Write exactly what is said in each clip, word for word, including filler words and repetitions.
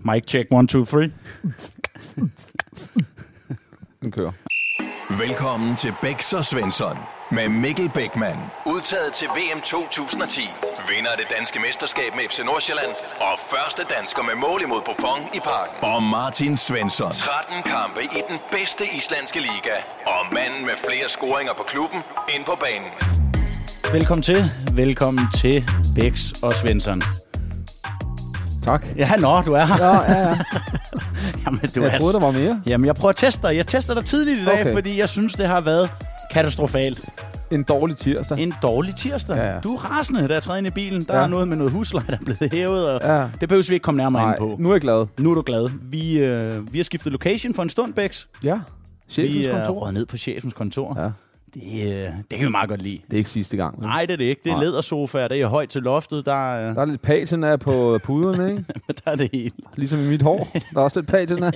Mic check, one, two, three. Den kører. Velkommen til Bæks og Svensson med Mikkel Bækman. Udtaget til V M to tusind og ti. Vinder det danske mesterskab med F C Nordsjælland. Og første dansker med mål imod Buffon i Parken. Og Martin Svensson. tretten kampe i den bedste islandske liga. Og manden med flere scoringer på klubben ind på banen. Velkommen til. Velkommen til Bæks og Svensson. Tak. Ja, nå, du er her. Ja, ja, ja. Jamen, du jeg er... troede, der var mere. Jamen, jeg prøver at teste dig. Jeg tester dig tidligt i dag, Okay. fordi jeg synes, det har været katastrofalt. En dårlig tirsdag. En dårlig tirsdag. Ja, ja. Du er rasende, der er træet ind i bilen. Der Ja. er noget med noget husleje, der er blevet hævet, og Ja. det behøver vi ikke komme nærmere Nej, ind på. nu er jeg glad. Nu er du glad. Vi, øh, vi har skiftet location for en stund, Bæks. Ja. Chefens Vi er kontor. røget ned på chefens kontor. Ja. Det, øh, det kan vi meget godt lide. Det er ikke sidste gang. Nej, det er det ikke. Det er Nej. lædersofaer, det er højt til loftet. Der, øh, Der er lidt patina på puderne, ikke? der er det hele. Ligesom i mit hår. Der er også lidt patina.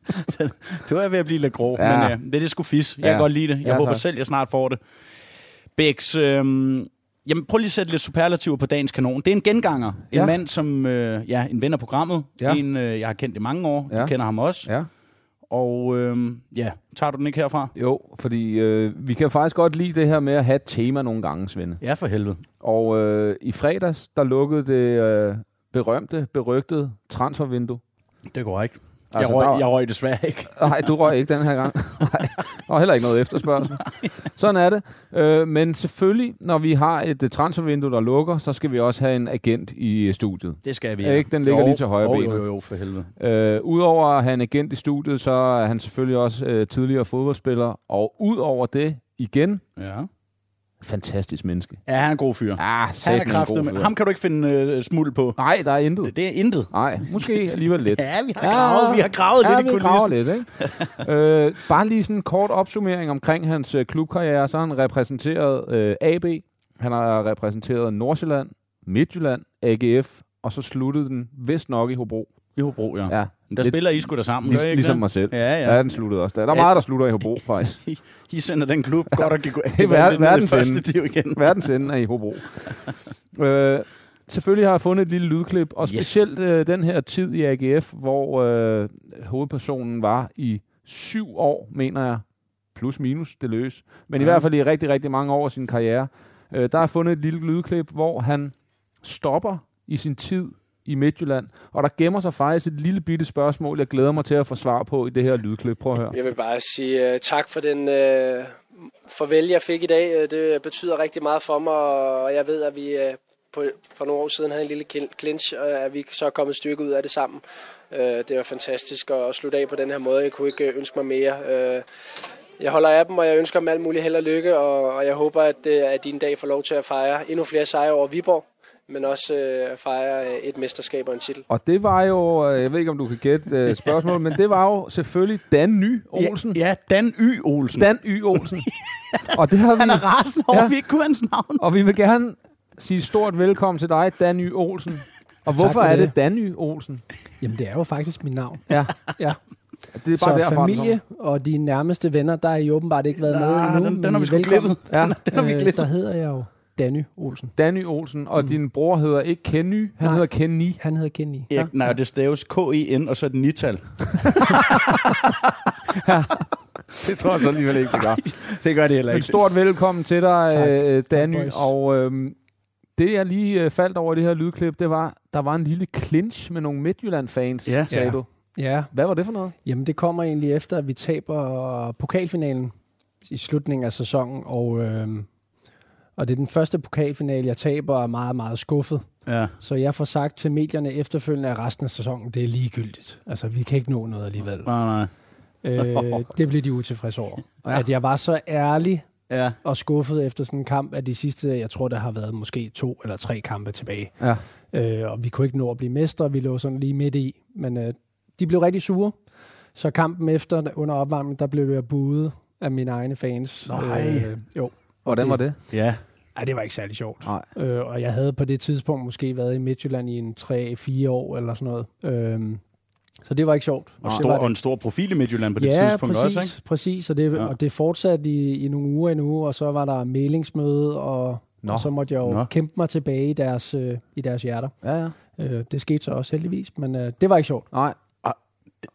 Du er ved at blive lidt grå, Ja. men øh, det er det sgu fis. Jeg Ja. kan godt lide det. Jeg Ja, håber tak. selv, jeg snart får det. Bæks, øh, jamen prøv lige at sætte lidt superlativer på dagens kanon. Det er en genganger. En Ja. mand, som øh, ja, en ven af programmet. Ja. En, øh, jeg har kendt i mange år. Ja. Du kender ham også. Ja. Og øh, ja, tager du den ikke herfra? Jo, fordi øh, vi kan faktisk godt lide det her med at have et tema nogle gange, Svende. Ja, for helvede. Og øh, i fredags, der lukkede det øh, berømte, berygtede transfervindue. Det går ikke. Altså, jeg, røg, der- jeg røg desværre ikke. Nej, du røg ikke den her gang. Nej, og heller ikke noget efterspørgsel. Sådan er det. Øh, men selvfølgelig, når vi har et uh, transfervindue, der lukker, så skal vi også have en agent i studiet. Det skal vi. Ja, ikke? Den ligger jo, lige til højre jo, benet. Jo, jo, jo, for helvede. Øh, Udover at have en agent i studiet, så er han selvfølgelig også øh, tidligere fodboldspiller. Og udover det, igen, Ja. fantastisk menneske. Ja, han er en god fyr. Ah, Han er satme en kraftig, god men fyr. ham kan du ikke finde øh, smuld på. Nej, der er intet. Det, det er intet. Nej, måske alligevel lidt. Ja, vi har gravet, vi har gravet ja, lidt i vi graver kulissen. lidt, ikke? øh, bare lige sådan en kort opsummering omkring hans øh, klubkarriere. Så har han repræsenteret øh, A B, han har repræsenteret Nordsjælland, Midtjylland, A G F, og så sluttede den vist nok i Hobro. I Hobro, ja. Ja, Men der lidt spiller I sgu da sammen, lig, gør I ikke ligesom det? mig selv. Ja, ja. Ja, den sluttede også der. Der er Ja. meget, der slutter i Hobro, faktisk. I, I sender den klub godt og gik Det er ver- verdens første ende. div igen. Verdens ende er i Hobro. øh, selvfølgelig har jeg fundet et lille lydklip, og Yes. specielt øh, den her tid i A G F, hvor øh, hovedpersonen var i syv år, mener jeg, plus minus det løs, men ja. i hvert fald i rigtig, rigtig mange år af sin karriere. Øh, der har jeg fundet et lille lydklip, hvor han stopper i sin tid i Midtjylland, og der gemmer sig faktisk et lille bitte spørgsmål, jeg glæder mig til at få svar på i det her lydklip. Prøv at høre. Jeg vil bare sige uh, tak for den uh, farvel, jeg fik i dag. Det betyder rigtig meget for mig, og jeg ved, at vi uh, på, for nogle år siden havde en lille clinch, og at vi så er kommet et stykke ud af det sammen. Uh, det var fantastisk at slutte af på den her måde. Jeg kunne ikke ønske mig mere. Uh, jeg holder af dem, og jeg ønsker dem alt muligt held og lykke, og, og jeg håber, at, at din dag får lov til at fejre endnu flere sejre over Viborg, men også øh, fejre et mesterskab og en titel. Og det var jo, jeg ved ikke, om du kan gætte øh, spørgsmålet, men det var jo selvfølgelig Dan Ny Olsen. Ja, ja, Dan Y. Olsen. Dan Y. Olsen. Og det har vi, Han er rasende over, Ja. ja. vi ikke kunne hans navn. og vi vil gerne sige stort velkommen til dig, Dan Y. Olsen. Og hvorfor for er det det. Dan Y. Olsen? Jamen, det er jo faktisk mit navn. Ja, Ja. det er Så bare derfor. familie og de nærmeste venner, der har I åbenbart ikke været med Nej, endnu. den, men den har I vi er sgu velkommen. glippet. Ja. Den, den har vi Øh, glippet. Der hedder jeg jo Danny Olsen. Dan Y. Olsen, og mm. din bror hedder ikke Kenny, han Nej. hedder Kenny. Han hedder Kenny. Ja, nej, det staves K E N, og så et nital. Det tror jeg så alligevel ikke, det gør. Det gør det heller Men ikke. stort velkommen til dig, Tak. øh, Tak, Danny. boys. Og øhm, det, jeg lige øh, faldt over i det her lydklip, det var, der var en lille clinch med nogle Midtjylland-fans, Ja. sagde Ja. du. Ja, Hvad var det for noget? jamen det kommer egentlig efter, at vi taber pokalfinalen i slutningen af sæsonen, og, øh, og det er den første pokalfinale, jeg taber, og er meget, meget skuffet. Ja. Så jeg får sagt til medierne efterfølgende, at resten af sæsonen, det er ligegyldigt. Altså, vi kan ikke nå noget alligevel. Nej, nej. øh, det blev de utilfredse over. Ja. At jeg var så ærlig Ja. og skuffet efter sådan en kamp, at de sidste, jeg tror, der har været måske to eller tre kampe tilbage. Ja. Øh, og vi kunne ikke nå at blive mestre, vi lå sådan lige midt i. Men øh, de blev rigtig sure. Så kampen efter, under opvarmningen, der blev jeg buet af mine egne fans. Nej. Øh, jo. Hvordan var det? Ja. Ej, det var ikke særlig sjovt. Nej. Øh, og jeg havde på det tidspunkt måske været i Midtjylland i en tre fire år eller sådan noget. Øh, så det var ikke sjovt. Og, det stor, var og en stor profil i Midtjylland på det ja, tidspunkt præcis, også, ikke? præcis. Og det, Ja. og det fortsatte i, i nogle uger endnu, og så var der mailingsmøde, og, og så måtte jeg jo Nå. kæmpe mig tilbage i deres, øh, i deres hjerter. Ja, ja. Øh, det skete så også heldigvis, men øh, det var ikke sjovt. Nej.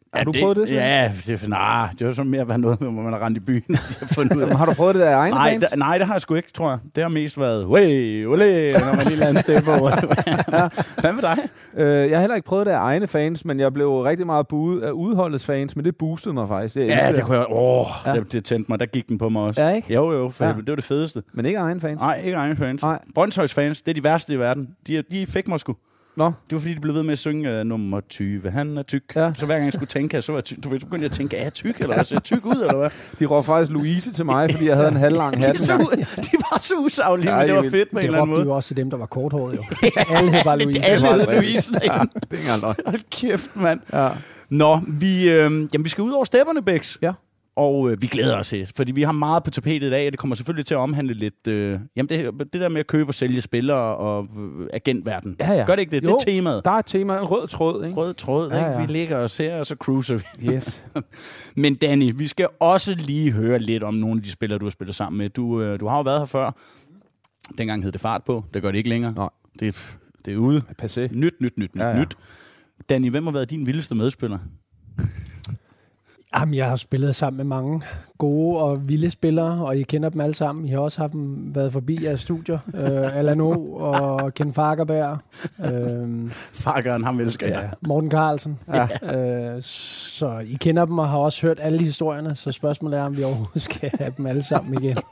Har du prøvet det? Så? Ja, det, nej, det var sådan mere været noget, hvor man har rendt i byen. Har du prøvet det der egne nej, fans? Da, nej, det har jeg sgu ikke, tror jeg. Det har mest været, way, ole, når man lige lader en step over. Hvad med dig? Øh, jeg har heller ikke prøvet det af egne fans, men jeg blev rigtig meget buet af udholdets fans, men det boostede mig faktisk. Jeg ja, det, det. kunne jeg. Åh, ja. det, det tændte mig. Der gik den på mig også. Ja, ikke? Jo, jo, for ja. det var det fedeste. Men ikke egne fans? Nej, ikke egne fans. Nej. Brøndshøjs fans, det er de værste i verden. De, de fik mig sgu. Nå. Det var fordi, de blev ved med at synge uh, nummer tyve. Han er tyk. Ja. Så hver gang jeg skulle tænke, så var jeg tyk. Du ved, så begyndte jeg at tænke, er jeg tyk, eller ser jeg tyk ud, eller hvad? De råbte faktisk Louise til mig, fordi jeg havde en halvlang hat. de, de var så usaglige, men det var fedt på en eller anden måde. Det råbte jo også til dem, der var korthåret, jo. Alle hed bare Louise. Alle hed Louise. Ja, det er ikke engang hold kæft, mand. Ja. Nå, vi, øh, jamen, vi skal ud over stepperne, Bæks. Ja. Og øh, vi glæder os til, fordi vi har meget på tapetet i dag, og det kommer selvfølgelig til at omhandle lidt, øh, jamen det, det der med at købe og sælge spillere og øh, agentverden. Ja, ja. Gør det ikke det? Jo, det er temaet. Der er et tema, en rød tråd, ikke? Rød tråd, ja, ja. Ikke? Vi ligger os her, og så cruiser vi. Yes. Men Danny, vi skal også lige høre lidt om nogle af de spillere, du har spillet sammen med. Du, øh, du har jo været her før. Dengang hed det fart på. Det gør det ikke længere. Nej. Det, det er ude. Passé. Nyt, nyt, nyt, nyt, ja, ja. nyt. Danny, hvem har været din vildeste medspiller? Jamen, jeg har spillet sammen med mange gode og vilde spillere, og I kender dem alle sammen. I har også haft dem været forbi jeres studier. Øh, Alano og Ken Fagerberg. Øh, Farkeren, ham elsker jeg. Ja, Morten Carlsen. Ja. Øh, så I kender dem og har også hørt alle historierne, så spørgsmålet er, om vi overhovedet skal have dem alle sammen igen.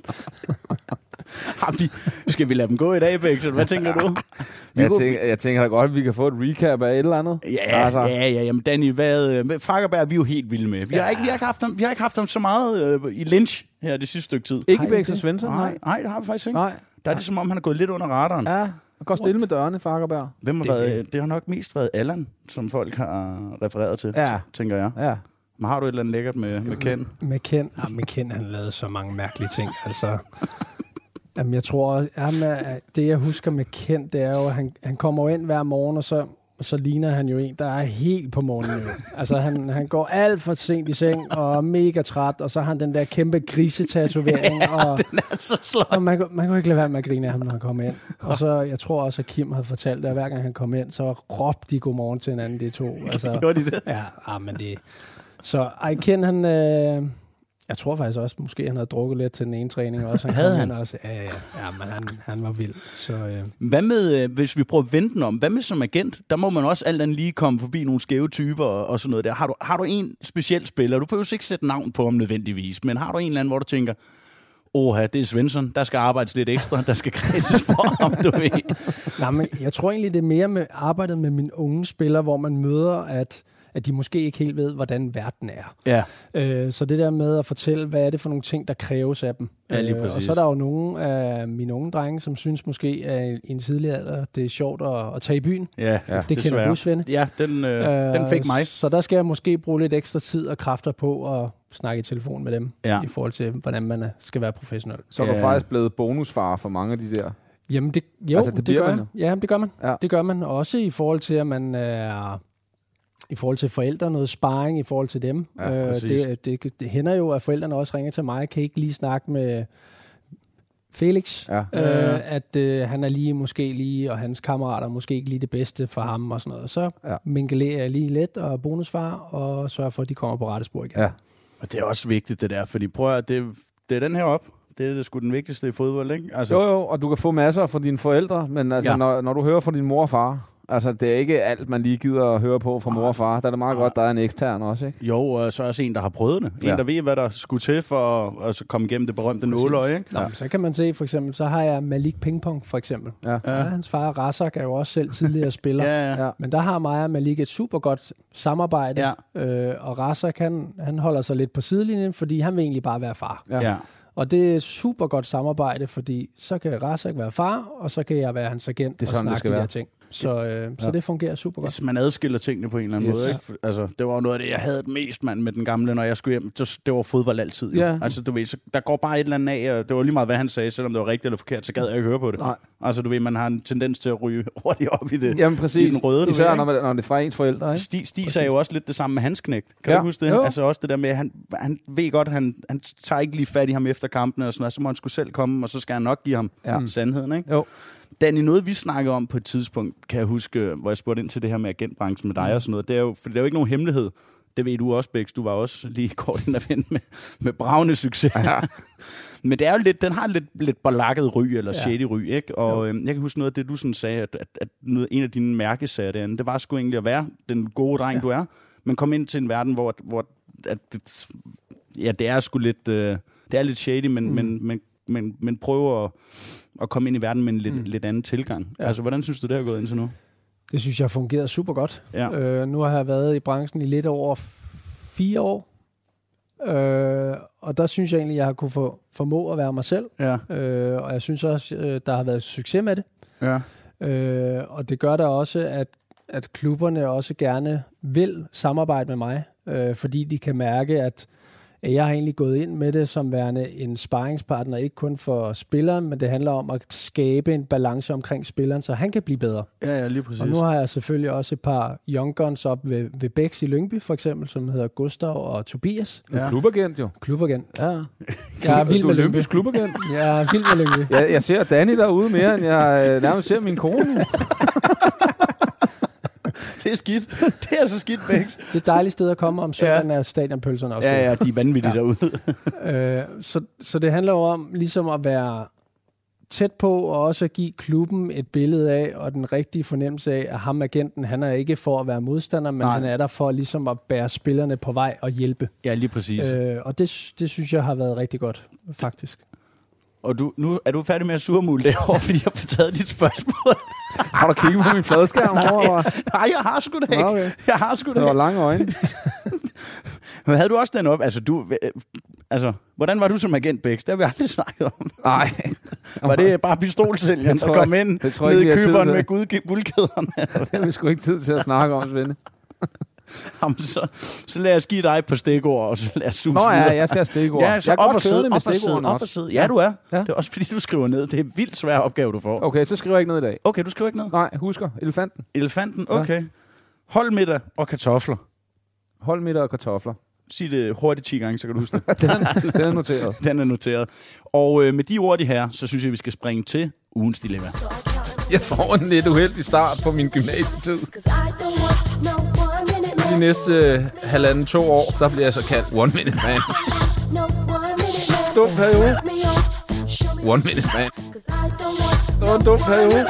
vi, skal vi lade dem gå i dag, Bæks? Hvad tænker du? Jeg tænker, jeg tænker da godt, at vi kan få et recap af et eller andet. Ja, altså. ja, ja. Jamen, Danny, hvad, Fagerberg er vi jo helt vilde med. Vi, ja. har ikke, vi, har ikke haft ham, vi har ikke haft ham så meget øh, i Lynch her det sidste stykke tid. Ikke Bæks og Svensson? Nej, nej, det har vi faktisk ikke. Nej. Der er det som om, han er gået lidt under radaren. Ja, og går stille med dørene, Fagerberg. Hvem har det, været, det har nok mest været Allan, som folk har refereret til, ja. tænker jeg. Ja. Men har du et eller andet lækkert med, med Ken? Med Ken? Ja, med Ken, han lavede så mange mærkelige ting. Altså... Jamen, jeg tror, at det, jeg husker med Ken, det er jo, at han, han kommer ind hver morgen, og så, så ligner han jo en, der er helt på morgenen. Jo. Altså, han, han går alt for sent i seng, og er mega træt, og så har han den der kæmpe grisetatovering. Ja, og, den er så sløj. Og man, man kunne ikke lade være med at grine af ham, når han kom ind. Og så, jeg tror også, at Kim havde fortalt, at hver gang han kom ind, så råbte de godmorgen til hinanden, de to. Altså, gjorde de det? Ja, ah, men det... Så ej, Ken, han... Øh, Jeg tror faktisk også, måske han havde drukket lidt til den ene træning også. Han havde han? Også, ja, ja, ja, men han, han var vild. Så, øh. Hvad med, hvis vi prøver at vente den om, hvad med som agent? Der må man også alt andet lige komme forbi nogle skæve typer og, og sådan noget der. Har du, har du en speciel spiller? Du behøver ikke sætte navn på ham nødvendigvis, men har du en eller anden, hvor du tænker, åha, det er Svensson, der skal arbejdes lidt ekstra, der skal kredses for ham, du ved. Nej, men jeg tror egentlig, det er mere med arbejdet med mine unge spillere, hvor man møder, at at de måske ikke helt ved, hvordan verden er. Ja. Øh, så det der med at fortælle, hvad er det for nogle ting, der kræves af dem. Ja, lige præcis. Øh, og så er der jo nogle af mine unge drenge, som synes måske, at i en tidlig alder, det er sjovt at, at tage i byen. Ja, ja. Det kender du, Svende. Ja, den, øh, øh, den fik mig. Så der skal jeg måske bruge lidt ekstra tid og kræfter på at snakke i telefon med dem, ja. I forhold til, hvordan man skal være professionel. Så er du ja. faktisk blevet bonusfar for mange af de der? Jamen, det, jo, altså, det, det gør man. Ja, det gør man. Ja. Det gør man også i forhold til, at man er... I forhold til forældre, noget sparring i forhold til dem. Ja, øh, det, det, det hænder jo, at forældrene også ringer til mig. Kan ikke lige snakke med Felix, ja. øh, at øh, han er lige måske lige, og hans kammerater måske ikke lige det bedste for ham og sådan noget. Så ja. Mingelerer jeg lige lidt og bonusfar, og sørger for, at de kommer på rette spor igen. Ja. Og det er også vigtigt det der, fordi prøv at, det, det er den her op. Det er sgu den vigtigste i fodbold, ikke? Altså. Jo, jo, og du kan få masser fra dine forældre, men altså, ja. når, når du hører fra din mor og far, altså, det er ikke alt, man lige gider at høre på fra mor og far. Der er det meget godt, der er en ekstern også, ikke? Jo, og så også en, der har prøvet det. En, ja. der ved, hvad der skulle til for at så komme igennem det berømte nåløje, ikke? Nå, ja. Så kan man se, for eksempel, så har jeg Malik Pingpong, for eksempel. Ja. Ja, hans far, Razak, er jo også selv tidligere spiller. ja, ja. Men der har mig og Malik et super godt samarbejde. Ja. Øh, og Razak, han, han holder sig lidt på sidelinjen, fordi han vil egentlig bare være far. Ja. Ja. Og det er super godt samarbejde, fordi så kan Razak være far, og så kan jeg være hans agent det er og sådan, snakke de der ting. Så, øh, ja. så det fungerer super godt. Hvis man adskiller tingene på en eller anden yes. måde. Ikke? Altså, det var jo noget af det, jeg havde mest mand med den gamle, når jeg skulle hjem. Det var fodbold altid. Jo. Ja. Altså, du ved, så der går bare et eller andet af, og det var lige meget, hvad han sagde, selvom det var rigtigt eller forkert, så gad jeg ikke høre på det. Nej. Altså, du ved, man har en tendens til at ryge hurtigt op i det. Jamen præcis. I den røde, især ved, når, man, når det er fra ens forældre. Ikke? Stig, Stig sagde jo også lidt det samme med hans knægt. Kan ja. du huske det? Jo. Altså også det der med, at han, han ved godt, han, han tager ikke lige fat i ham efter kampene, og sådan noget, så må han skulle selv komme, og så skal han nok give ham ja. sandheden, ikke? Jo. Danny, noget vi snakkede om på et tidspunkt, kan jeg huske, hvor jeg spurgte ind til det her med agentbranchen med dig og sådan noget, det er jo, for det er jo ikke nogen hemmelighed. Det ved du også, Bæks. Du var også lige kort ind og vente med, med bravende succes. Ja. Men det er jo lidt, den har lidt, lidt balakket ry, eller Ja. shady ry, ikke? Og øh, jeg kan huske noget af det, du sådan sagde, at, at, at noget, en af dine mærkesager derinde, det var sgu egentlig at være den gode dreng, ja. du er, men kom ind til en verden, hvor, hvor at det, ja, det er sgu lidt, øh, det er lidt shady, men, mm. men, men, men, men prøve at, at komme ind i verden med en lidt, mm. lidt anden tilgang. Ja. Altså, hvordan synes du, det har gået indtil nu? Det synes jeg har fungeret super godt. Ja. Øh, nu har jeg været i branchen i lidt over fire år. Øh, og der synes jeg egentlig, jeg har kunne få, formå at være mig selv. Ja. Øh, og jeg synes også, øh, der har været succes med det. Ja. Øh, og det gør der også, at, at klubberne også gerne vil samarbejde med mig, øh, fordi de kan mærke, at jeg har egentlig gået ind med det som værende en sparringspartner, ikke kun for spilleren, men det handler om at skabe en balance omkring spilleren, så han kan blive bedre. Ja, ja, lige præcis. Og nu har jeg selvfølgelig også et par young guns op ved, ved Bæks i Lyngby, for eksempel, som hedder Gustav og Tobias. Ja. Klubagent jo. Klubagent, ja. Jeg er vild du med er Lyngby. Lyngby's klubagent. Jeg er vild med Lyngby. Jeg, jeg ser Danny derude mere, end jeg øh, nærmest ser min kone. Det er skidt. Det er så skidt, Bæks. Det er et dejligt sted at komme om søndagen, er stadionpølserne også. Ja, ja, de er vanvittige ja. derude. øh, så, så det handler jo om ligesom at være tæt på, og også at give klubben et billede af, og den rigtige fornemmelse af, at ham agenten, han er ikke for at være modstander, men Nej. han er der for ligesom at bære spillerne på vej og hjælpe. Ja, lige præcis. Øh, og det, det synes jeg har været rigtig godt, faktisk. Og du, nu er du færdig med at surmule derovre, fordi jeg har taget dit spørgsmål. Har du kigget på min fladskærm over? Nej, jeg har sgu da ikke. Okay. Jeg har sgu da Det var ikke. lange øjne. Men havde du også den op? Altså, du, altså, hvordan var du som agent, Bæks? Det har vi aldrig snakket om. Nej. Var det bare pistolsælgeren, der kom ind ned i køberen med guldkæderne? Det har vi sgu ikke tid til at snakke om, Svende. Jamen, så, så lad os give dig et par stikord, og så lad os suge Nå ja, jeg skal have stikord. Ja, så jeg er op godt og sidde, med op og sidde, stikordene op og også. sidde. Ja, du er. Ja. Det er også fordi, du skriver ned. Det er en vildt svær opgave, du får. Okay, så skriver jeg ikke ned i dag. Okay, du skriver ikke ned? Nej, husker. Elefanten. Elefanten, okay. Ja. Hold middag og kartofler. Hold middag og kartofler. Sig det hurtigt ti gange, så kan du huske det. den, den er noteret. Den er noteret. Og øh, med de ord de her, så synes jeg, vi skal springe til ugens dilemma. Jeg får en lidt uheldig start på min gymnasietid. De næste øh, halvanden to år, der bliver jeg så kaldt One Minute Man. Dum periode. One Minute Man. Det var en dum periode.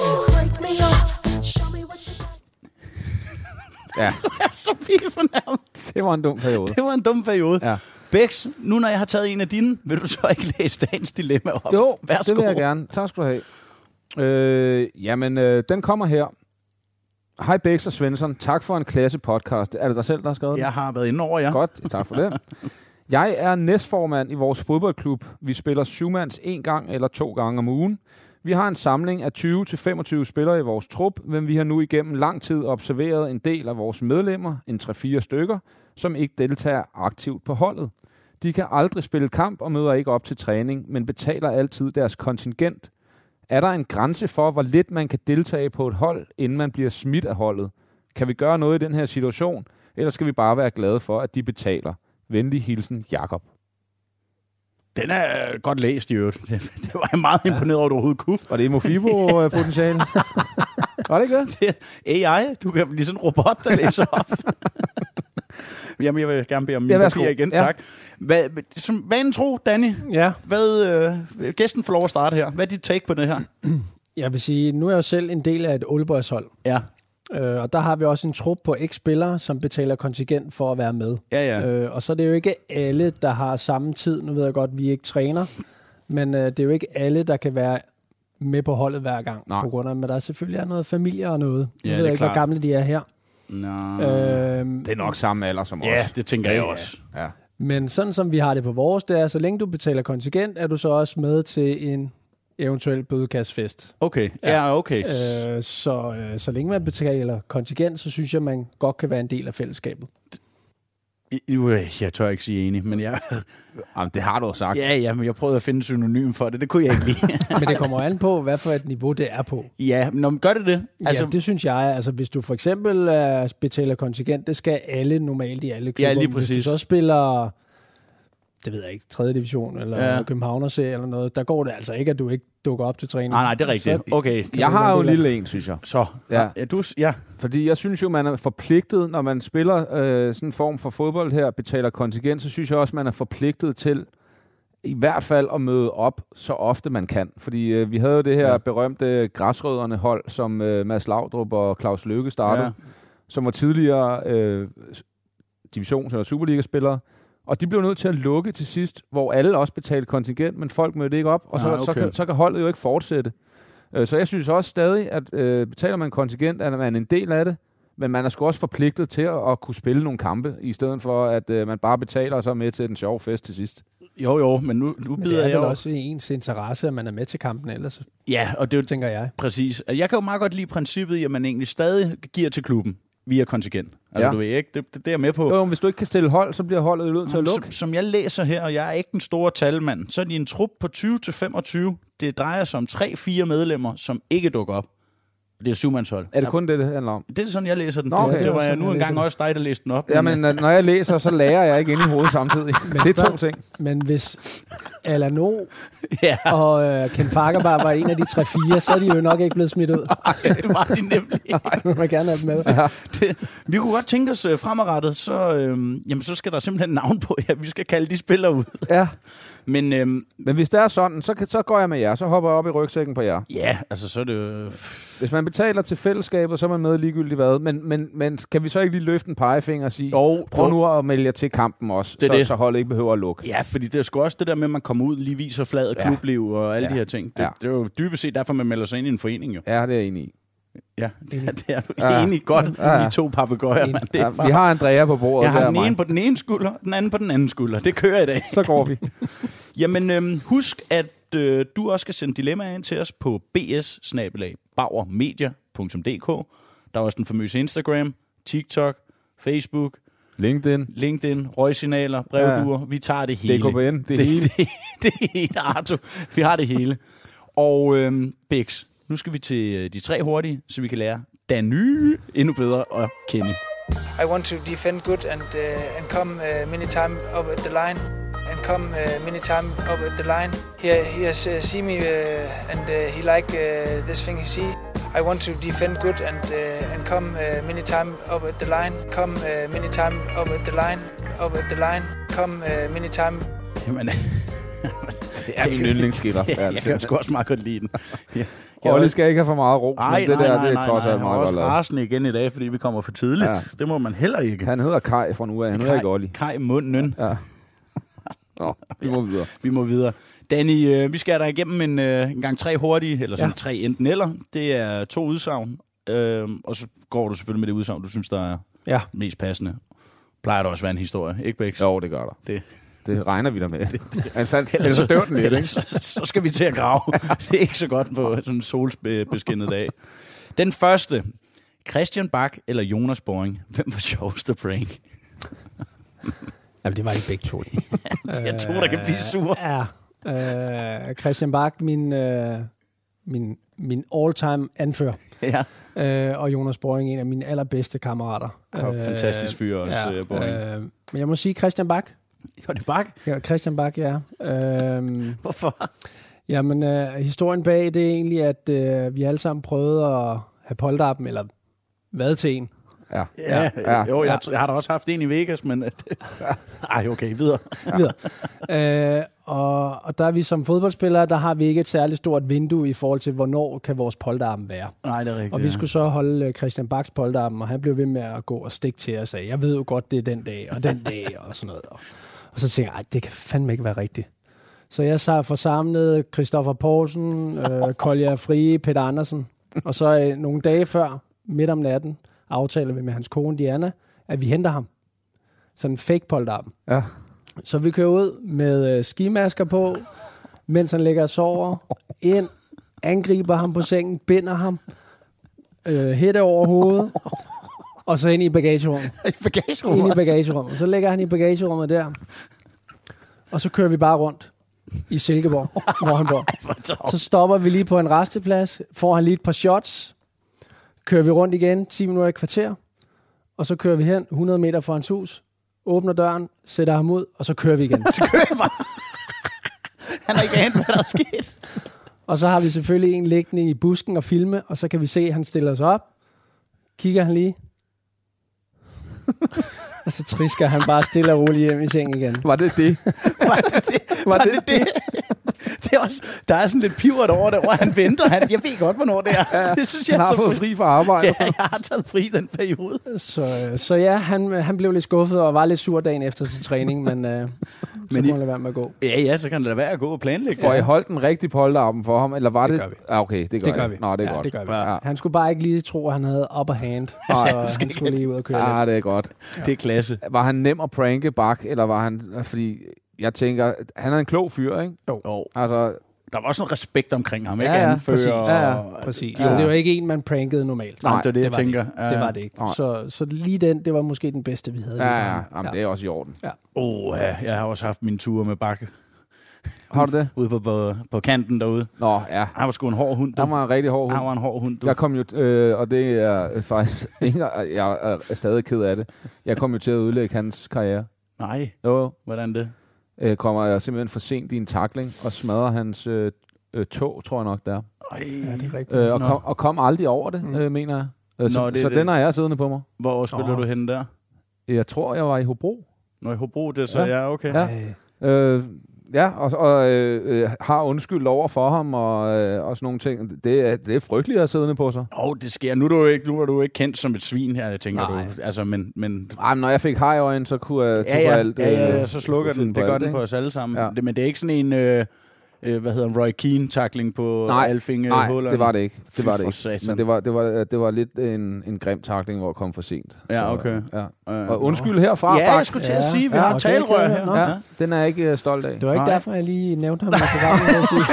Ja. Jeg er så vildt fornærmet. Det var en dum periode. Det var en dum periode. Ja. Bæks, nu når jeg har taget en af dine, vil du så ikke læse dagens dilemma op? Jo, Værsgo. det vil jeg gerne. Tak skal du have. Øh, jamen, øh, den kommer her. Hej Bæks og Svensson. Tak for en klasse podcast. Er det dig selv, der har skrevet den? Jeg har været inde over, ja. Godt, tak for det. Jeg er næstformand i vores fodboldklub. Vi spiller syvmands en gang eller to gange om ugen. Vi har en samling af tyve til femogtyve spillere i vores trup, men vi har nu igennem lang tid observeret en del af vores medlemmer, en tre fire stykker, som ikke deltager aktivt på holdet. De kan aldrig spille kamp og møder ikke op til træning, men betaler altid deres kontingent. Er der en grænse for, hvor lidt man kan deltage på et hold, inden man bliver smidt af holdet? Kan vi gøre noget i den her situation, eller skal vi bare være glade for, at de betaler? Venlig hilsen, Jakob. Den er godt læst i øvrigt. Det, det var jeg meget ja. imponeret over, at du overhovedet kunne. Var det Mofibo-potentiale? Var det ikke det? Det er A I. Du kan blive sådan en robot, der læser op. Jamen, jeg vil gerne bede om min ja, papir igen. Ja. Tak. Hvad, som vanen tro, Danny, ja. hvad, øh, gæsten får lov at starte her. Hvad er dit take på det her? Jeg vil sige, nu er jeg jo selv en del af et oldboys-hold. Ja. Øh, og der har vi også en trup på X-spillere, som betaler kontingent for at være med. Ja, ja. Øh, og så er det jo ikke alle, der har samme tid. Nu ved jeg godt, at vi ikke træner. Men øh, det er jo ikke alle, der kan være med på holdet hver gang. Nej. På grund af, men der er selvfølgelig er noget familie og noget. Nu Ja, ved jeg ikke, hvor gamle de er her. Nå. Øhm, Det er nok samme alder som os. Ja, det tænker jeg også. Ja. Men sådan som vi har det på vores, det er, så længe du betaler kontingent, er du så også med til en eventuel bødekassefest. Okay, ja, ja okay. Øh, så, øh, så længe man betaler kontingent, så synes jeg, man godt kan være en del af fællesskabet. Nu, jeg tør ikke sige enig, men jeg... Jamen, det har du sagt. Ja, ja, men jeg prøvede at finde synonym for det. Det kunne jeg ikke lide. Men det kommer an på, hvad for et niveau det er på. Ja, men gør det det? Altså, ja, det synes jeg. Altså, hvis du for eksempel uh, betaler kontingent, det skal alle normalt i alle klubber. Ja, lige præcis. Hvis du så spiller det ved jeg ikke, tredje division, eller Ja. ja. Københavnerserie eller noget, der går det altså ikke, at du ikke dukker op til træning. Nej, nej, det er rigtigt. Så, Okay. Jeg har jo en lille en, synes jeg. Så, Ja. ja, du, ja. Fordi jeg synes jo, man er forpligtet, når man spiller øh, sådan en form for fodbold her, betaler kontingent, så synes jeg også, man er forpligtet til i hvert fald at møde op så ofte man kan. Fordi øh, vi havde jo det her ja. berømte græsrødderne hold, som øh, Mads Laudrup og Claus Lykke startede, ja. som var tidligere øh, divisions- eller Superliga-spillere. Og de blev nødt til at lukke til sidst, hvor alle også betalte kontingent, men folk mødte ikke op, og så, ah, okay. så, kan, så kan holdet jo ikke fortsætte. Øh, så jeg synes også stadig, at øh, betaler man kontingent, er man en del af det, men man er sgu også forpligtet til at, at kunne spille nogle kampe, i stedet for, at øh, man bare betaler og så er med til den sjove fest til sidst. Jo, jo, men nu, nu Men bider det er jeg vel jo... også i ens interesse, at man er med til kampen ellers, Ja, og det er jo tænker jeg. præcis. Jeg kan jo meget godt lide princippet i, at man egentlig stadig giver til klubben via kontingent. Altså, Ja. du ved ikke, det, det, det er jeg med på. Jo, jo, hvis du ikke kan stille hold, så bliver holdet jo nødt til at lukke. Som, som jeg læser her, og jeg er ikke den store talmand, så er de en trup på tyve til femogtyve. Det drejer sig om tre fire medlemmer, som ikke dukker op. Det er syvmandshold. Er det kun det, det handler om? Det er sådan, jeg læser den. Nå, Nå, okay. det, det var Det jeg var nu sådan, jeg engang læser også dig, der læste den op. Jamen, når jeg læser, så lærer jeg ikke inde i hovedet samtidig. Det er to ting. Men hvis Alano ja, og øh, Ken Fagerberg var en af de tre fire, så er de jo nok ikke blevet smidt ud. det var de nemlig. Så vil man gerne have dem med. Ja. Det, vi kunne godt tænke os uh, fremadrettet, så, øhm, jamen, så skal der simpelthen navn på. Ja, vi skal kalde de spillere ud. Ja. Men øhm, Men hvis det er sådan, så, kan, så går jeg med jer. Så hopper jeg op i rygsækken på jer. ja, altså så er det jo... Hvis man betaler til fællesskabet, så er man med ligegyldigt hvad. Men, men, men kan vi så ikke lige løfte en pegefinger og sige, Jo, prøv nu at melde jer til kampen også, Det er så, det. så holdet ikke behøver at lukke. Ja, fordi det er sgu også det der med, at man kommer ud, lige viser fladet Ja. klubliv og alle Ja. de her ting. Det, Ja. det er jo dybest set derfor, man melder sig ind i en forening jo. Ja, det er jeg enig i. Ja, det, er- det er du Ja. ja. enig godt, Ja, ja. I to papegøjer. mand. Det er Ja, bare- vi har Andrea på bordet. jeg det har er den mig. ene på den ene skulder, den anden på den anden skulder. Det kører i dag. Så går vi. Jamen, øhm, husk, at øh, du også skal sende dilemmaer ind til os på b s bindestreg bauer media punktum d k. Der er også den famøse Instagram, TikTok, Facebook, LinkedIn, LinkedIn, røgsignaler, brevduer. Ja. Vi tager det hele. D K B N, det det, hele. det, det er helt Arto. Vi har det hele. Og øhm, Bix, nu skal vi til øh, de tre hurtige, så vi kan lære Dany endnu bedre at kende. I want to defend good and uh, and come uh, many time up at the line and come uh, many time up at the line. He he has uh, seen me uh, and uh, he like uh, this thing he see. I want to defend good and uh, and come uh, many time up at the line. Come uh, many time up at the line. Up at the line. Come uh, many time. Jamen, Det er min yndlingsskiller. ja, jeg kan sgu også meget godt lide den. Ja. Olli skal ikke have for meget ro, men det der, det er trods alt Han er meget godt også lavet. rasende igen i dag, fordi vi kommer for tidligt. Ja. Det må man heller ikke. Han hedder Kai fra nu af, han hedder ikke Olli. Kaj munden. Ja. Nå, vi må videre. Vi må videre. Danny, øh, vi skal der igennem en, øh, en gang tre hurtige, eller sådan Ja. tre enten eller. Det er to udsagn, øh, og så går du selvfølgelig med det udsagn, du synes, der er Ja. mest passende. Plejer det også at være en historie, ikke Bæks? Jo, det gør der. Det. Det regner vi der med. Altså, ellers så dør den lidt, ikke? så, så skal vi til at grave. Det er ikke så godt på sådan en solbeskinnet dag. Den første. Christian Bak eller Jonas Boring? Hvem var sjovest at prank? Jamen, det var de begge to. Det er to, der kan blive sure. Ja. Øh, Christian Bak, min, øh, min, min all-time anfører. Ja. Øh, og Jonas Boring, en af mine allerbedste kammerater. Og fantastisk fyr også, ja, Boring. Øh, men jeg må sige Christian Bak. Var det Bak? Ja, Christian Bak, ja. Øh, Hvorfor? jamen, øh, historien bag, det er egentlig, at øh, vi alle sammen prøvede at have polterappen, eller hvad til en. Ja. Ja, Ja. jo, jeg, jeg har da også haft en i Vegas, men... Ej, okay, videre. videre. Øh, og, og der er vi som fodboldspillere, der har vi ikke et særligt stort vindue i forhold til, hvornår kan vores polterappen være. Nej, det er rigtigt. Og vi skulle så holde øh, Christian Baks polterappen, og han blev ved med at gå og stikke til os og sagde, jeg ved jo godt, det er den dag, og den dag, og sådan noget. Og, og så tænkte jeg, ej, det kan fandme ikke være rigtigt. Så jeg så forsamlet Christoffer Poulsen, øh, Kolja Frie, Peter Andersen, og så øh, nogle dage før, midt om natten, aftaler vi med hans kone Diana, at vi henter ham. Sådan en fake polterappen. Ja. Så vi kører ud med øh, skimasker på, mens han ligger og sover, ind, angriber ham på sengen, binder ham, øh, hætte over hovedet, og så ind i bagagerummet. I bagagerummet? Ind i bagagerummet. Så ligger han i bagagerummet der, og så kører vi bare rundt i Silkeborg, hvor han bor. Så stopper vi lige på en resteplads, får han lige et par shots, kører vi rundt igen, ti minutter i kvarter, og så kører vi hen hundrede meter fra hans hus, åbner døren, sætter ham ud, og så kører vi igen. Så kører jeg bare. Han har ikke anet, hvad der er sket. Og så har vi selvfølgelig en liggende i busken og filme, og så kan vi se, at han stiller sig op. Kigger han lige. Og så trisker han bare stille og roligt hjem i seng igen. Var det det? Var det det? Var det det? Det er også, der er sådan lidt pivert over det, hvor han venter. Han, jeg ved godt, hvornår det er. Ja, det synes jeg han har så fået fri fra arbejde. Ja, jeg har taget fri den periode. Så, så ja, han, han blev lidt skuffet og var lidt sur dagen efter til træning, men, øh, så Men kunne I- han lade være med at gå. Ja, ja, så kan det da være at gå og planlægge. Får I holdt en rigtig polterappen for ham, eller var det? Det gør vi. Ah, okay, det gør, Det gør I. vi. Nå, det er ja, godt. det gør vi. Ja. Han skulle bare ikke lige tro, at han havde upper hand, Nej, så det skal han skulle lige ud og køre Ah, lidt. det er godt. Det er klasse. Var han nem at pranke Bak, eller var han... Fordi jeg tænker, han er en klog fyr, ikke? Jo. Altså, Der var også noget respekt omkring ham, ikke? Ja, ja, Anfører præcis. og- Ja, ja. Præcis. Ja. Så det var ikke en, man prankede normalt. Nej, det er det, jeg var tænker. Det, Ja, det ja. var det ikke. Nej. Så, så lige den, det var måske den bedste, vi havde. ja, lige ja, der. jamen, det er også i orden. Åh, ja, jeg har også haft mine ture med Bakke Har du det? ude på, på, på kanten derude. Nå, ja. Han var sgu en hård hund, du. Der var en rigtig hård hund. Han var en hård hund, du. Jeg kom jo, øh, og det er øh, faktisk ikke, jeg er stadig ked af det. Jeg kom jo til at ødelægge hans karriere. Nej, Jo, hvordan det? øh, kommer jeg simpelthen for sent i en tackling og smadrer hans øh, øh, tog, tror jeg nok, der. Ej. Ja, det er rigtigt. Øh, og, Nå. kom, og kom aldrig over det, Mm. øh, mener jeg. Øh, så Nå, det er så det. den har jeg siddende på mig. Hvor spiller Nå. du henne der? Jeg tror, jeg var i Hobro. Nå, i Hobro, det er så, Ja. ja, okay. Ja. Ej. Øh, ja, og, og øh, øh, har undskyld over for ham og, øh, og sådan nogle ting. Det er, det er frygteligt at have siddende på sig. Åh, oh, det sker. Nu er du ikke, nu er du ikke kendt som et svin her, jeg tænker Nej. du. Altså, men, men Ej, men når jeg fik hajøjen, så kunne jeg... så ja, kunne ja, alt, ja, ja, øh, ja, så slukker finde den. på Det gør alt, den ikke? på os alle sammen. Ja. Det, men det er ikke sådan en, øh, øh, hvad hedder en Roy Keane-tackling på Nej, Alfinge Nej, Håland. det var det ikke. Fy Det var det for ikke. satan. Men det var, det var, det var lidt en, en grim tackling, hvor jeg kom for sent. Ja, okay. Ja. Øh, Og undskyld herfra, Ja, jeg Bak. skulle til at Ja, sige, vi ja, har okay, et talerør okay, her. nå. Ja. Ja, den er jeg ikke øh, stolt af. Det var ikke Nej. derfor, jeg lige nævnte ham i programmet. vil jeg sige.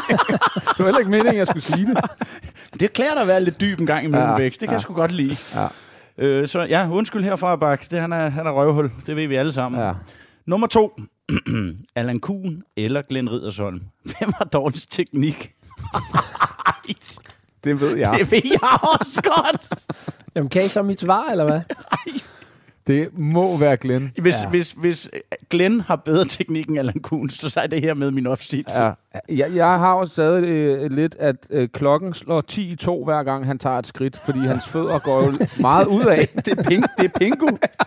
Det var heller ikke meningen, jeg skulle sige det. Det klæder dig at være lidt dyb en gang imellem, Ja, Vækst. Det kan ja. jeg sgu godt lide. Ja. Øh, så ja, undskyld herfra, Bak. Det, han, er, han er røvhul. Det ved vi alle sammen. Ja. Nummer to. Allan Kuhn eller Glenn Riddersholm. Hvem har dårligst teknik? Det ved jeg. Det ved jeg også godt. Jamen, kan I så mit svar, eller hvad? Det må være Glenn. Hvis, Ja. ja. hvis, hvis Glenn har bedre teknik end Allan Kuhn, så er det her med min opsigelse. Ja. Jeg, jeg har jo stadig øh, lidt, at øh, klokken slår ti i to, hver gang han tager et skridt, fordi hans fødder går jo meget ud af. Det, det, er ping, det er pingu.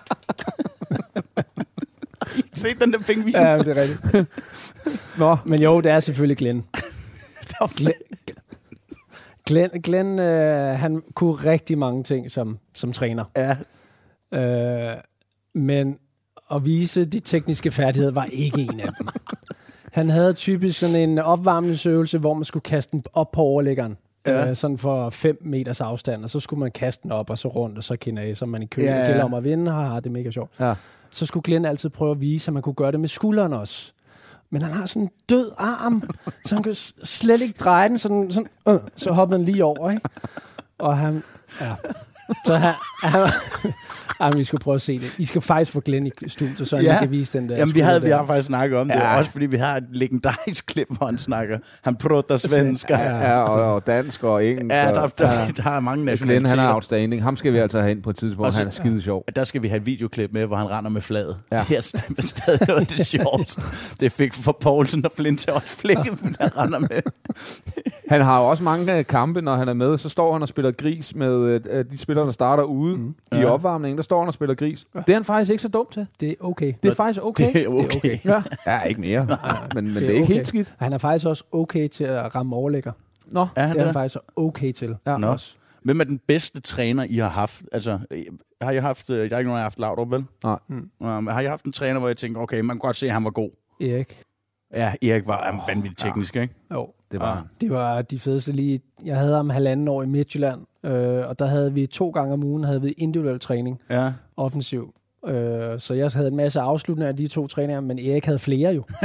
Se den der pingvin. Ja, det er rigtigt. Nå, Men jo, det er selvfølgelig Glenn. Glenn, Glenn, Glenn øh, han kunne rigtig mange ting som, som træner. Ja. Øh, men at vise de tekniske færdigheder var ikke en af dem. Han havde typisk sådan en opvarmningsøvelse, hvor man skulle kaste den op på overliggeren. Ja. Øh, sådan for fem meters afstand, og så skulle man kaste den op, og så rundt, og så kende af, så man i kø Ja, ja. gælder om at vinde. Haha, det er mega sjovt. ja. Så skulle Glenn altid prøve at vise, at man kunne gøre det med skulderen også. Men han har sådan en død arm, så han kan s- slet ikke dreje den, sådan, sådan øh, så hopper den lige over, ikke? Og han, ja. Så han, han Jamen, vi skulle prøve at se det. I skal faktisk få Glenn i studiet, så han Ja. kan vise den der. Jamen, vi, skulder havde, vi der. har faktisk snakket om det. Ja. Også fordi vi har et legendarisk klip, hvor han snakker. Han prater svenska. Ja. Ja, og, og dansk og engelsk. Ja, der, og, der, der, der er mange Glenn, nationaliteter. han er outstanding. Ham skal vi altså have ind på et tidspunkt. Og så- Han er skide sjov. Der skal vi have et videoklip med, hvor han render med flaget. Ja. Ja. Det er st- stadig noget af det sjoveste. Det fik for Poulsen og Flint til også flækket, men han render med. Han har jo også mange øh, kampe, når han er med. Så står han og spiller gris med øh, de spillere, der starter ude mm. i Ja. opvarmningen. Der står han og spiller gris. Det er han faktisk ikke så dum til. Det er okay. Det er faktisk okay. Det er okay. Det er okay. Ja, ja ikke mere. Men, men det er, er ikke okay. helt skidt. Han er faktisk også okay til at ramme overlægger. Nå, Er han Det er han det? faktisk okay til. ja. Nå. Hvem er den bedste træner, I har haft? Altså, har I haft... Jeg har ikke nogen, jeg har haft Laudrup, vel? Nej. Mm. Um, har I haft en træner, hvor jeg tænker, okay, man kan godt se, at han var god? Erik. Ja, Erik var oh, vanvittigt teknisk, ikke? Jo. Det var Ah. han. Det var de fedeste lige. Jeg havde ham halvanden år i Midtjylland, øh, og der havde vi to gange om ugen havde vi individuel træning, Ja. offensiv. Øh, så jeg havde en masse afslutninger af de to træninger, men Erik havde flere jo.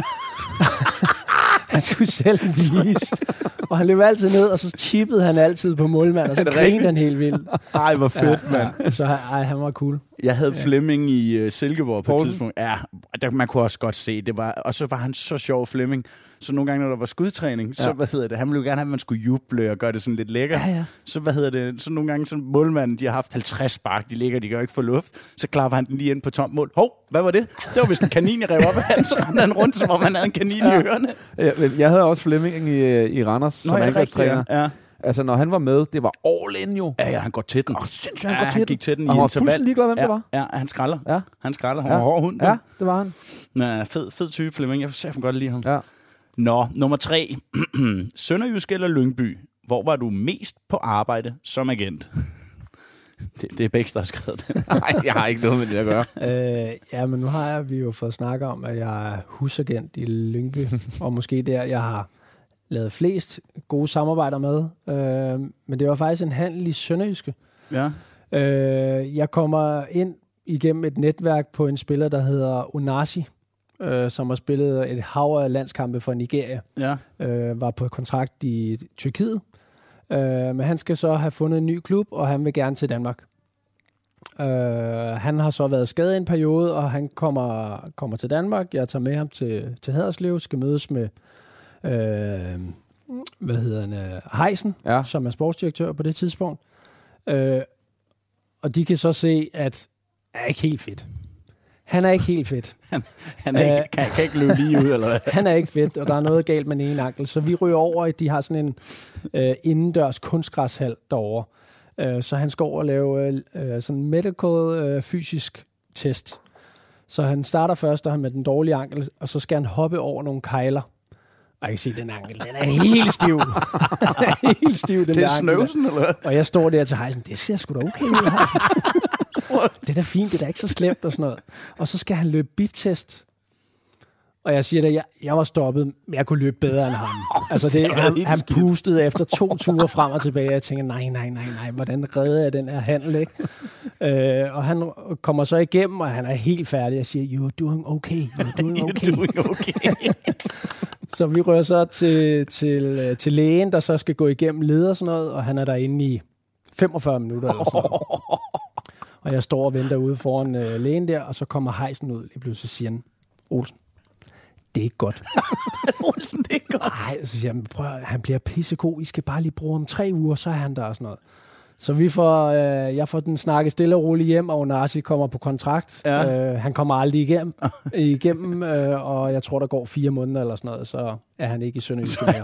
Han skulle selv vise. Og han løb altid ned, og så chippede han altid på målmand, og så Er det grinede rigtigt? han helt vildt. Ej, hvor fedt, Ja, mand. ja. Så ej, han var cool. Jeg havde Flemming i uh, Silkeborg på et Poulsen? tidspunkt. Ja, der, man kunne også godt se, det var, og så var han så sjov, Flemming. Så nogle gange, når der var skudtræning, ja. så hvad hedder det, han ville jo gerne have, at man skulle juble og gøre det sådan lidt lækkert. Ja, ja. Så hvad hedder det, så nogle gange, så målmanden, de har haft halvtreds spark, de ligger, de gør ikke for luft. Så klapper han den lige ind på tom mål. Hov, hvad var det? Det var vist en kanin, jeg rev op af han, så rendte han rundt, som om han havde en kanin ja. i ørerne. Jeg, jeg havde også Flemming i, i Randers, Nå, som angrebstræner. Ja. Ja. Altså, når han var med, det var all in jo. Ja, ja, han går til den. Åh, sindssygt, han ja, går han til gik den. til den og i han interval. var fuldstændig ligeglad, hvem ja, det var. Ja, han skralder. Ja. Han skralder. Han ja. var hård hund. Ja, det var han. Men fed, fed type, Flemming. Jeg ser godt lide ham. Ja. Nå, nummer tre. Sønderjysk eller Lyngby? Hvor var du mest på arbejde som agent? Det, det er Bæks, der har skrevet det. Nej, jeg har ikke noget med det at gøre. øh, ja, men nu har jeg, vi jo fået snakke om, at jeg er husagent i Lyngby, og måske der, jeg har lavet flest gode samarbejder med. Øh, men det var faktisk en handel i Sønderjyske. Ja. Øh, jeg kommer ind igennem et netværk på en spiller, der hedder Onasi, øh, som har spillet et hav af landskampe for Nigeria. Ja. Øh, var på kontrakt i Tyrkiet. Øh, men han skal så have fundet en ny klub, og han vil gerne til Danmark. Øh, han har så været skadet en periode, og han kommer, kommer til Danmark. Jeg tager med ham til, til Haderslev, skal mødes med øh, hvad hedder han, Heisen, ja. som er sportsdirektør på det tidspunkt. Øh, og de kan så se, at er ikke helt fedt. Han er ikke helt fedt. han han er ikke, kan, kan ikke løbe lige ud, eller hvad? Han er ikke fedt, og der er noget galt med den ene ankel. Så vi ryger over, at de har sådan en øh, indendørs kunstgræshal derovre. Øh, så han skal over og lave øh, sådan en medical øh, fysisk test. Så han starter først og han med den dårlige ankel, og så skal han hoppe over nogle kejler. Og jeg kan se, den ankel, den er helt stiv. helt stiv, den det er snøvsen, eller hvad? Og jeg står der til Heisen, det ser sgu da okay ud, Heisen. Det er da fint, det er da ikke så slemt og sådan noget. Og så skal han løbe bip-test. Og jeg siger da, jeg, jeg var stoppet, men jeg kunne løbe bedre end ham. Altså det, han, han pustede efter to ture frem og tilbage. Jeg tænker, nej, nej, nej, nej, hvordan redder jeg den her handel, ikke? øh, og han kommer så igennem, og han er helt færdig. Jeg siger, you're doing okay, you're doing okay. You're doing okay. Så vi rører så til, til, til lægen, der så skal gå igennem led og sådan noget, og han er derinde i femogfyrre minutter eller sådan noget. Og jeg står og venter ude foran øh, lægen der, og så kommer Heisen ud. Lige pludselig siger han, Olsen, det er ikke godt. Olsen, det er ikke godt. Nej, så siger han, prøv, han bliver pissegod. I skal bare lige bruge om tre uger, så er han der og sådan noget. Så vi får, øh, jeg får den snakke stille og roligt hjem, og Onasi kommer på kontrakt. Ja. Øh, han kommer aldrig igennem, igennem øh, og jeg tror, der går fire måneder eller sådan noget, så er han ikke i Sønderjyske mere.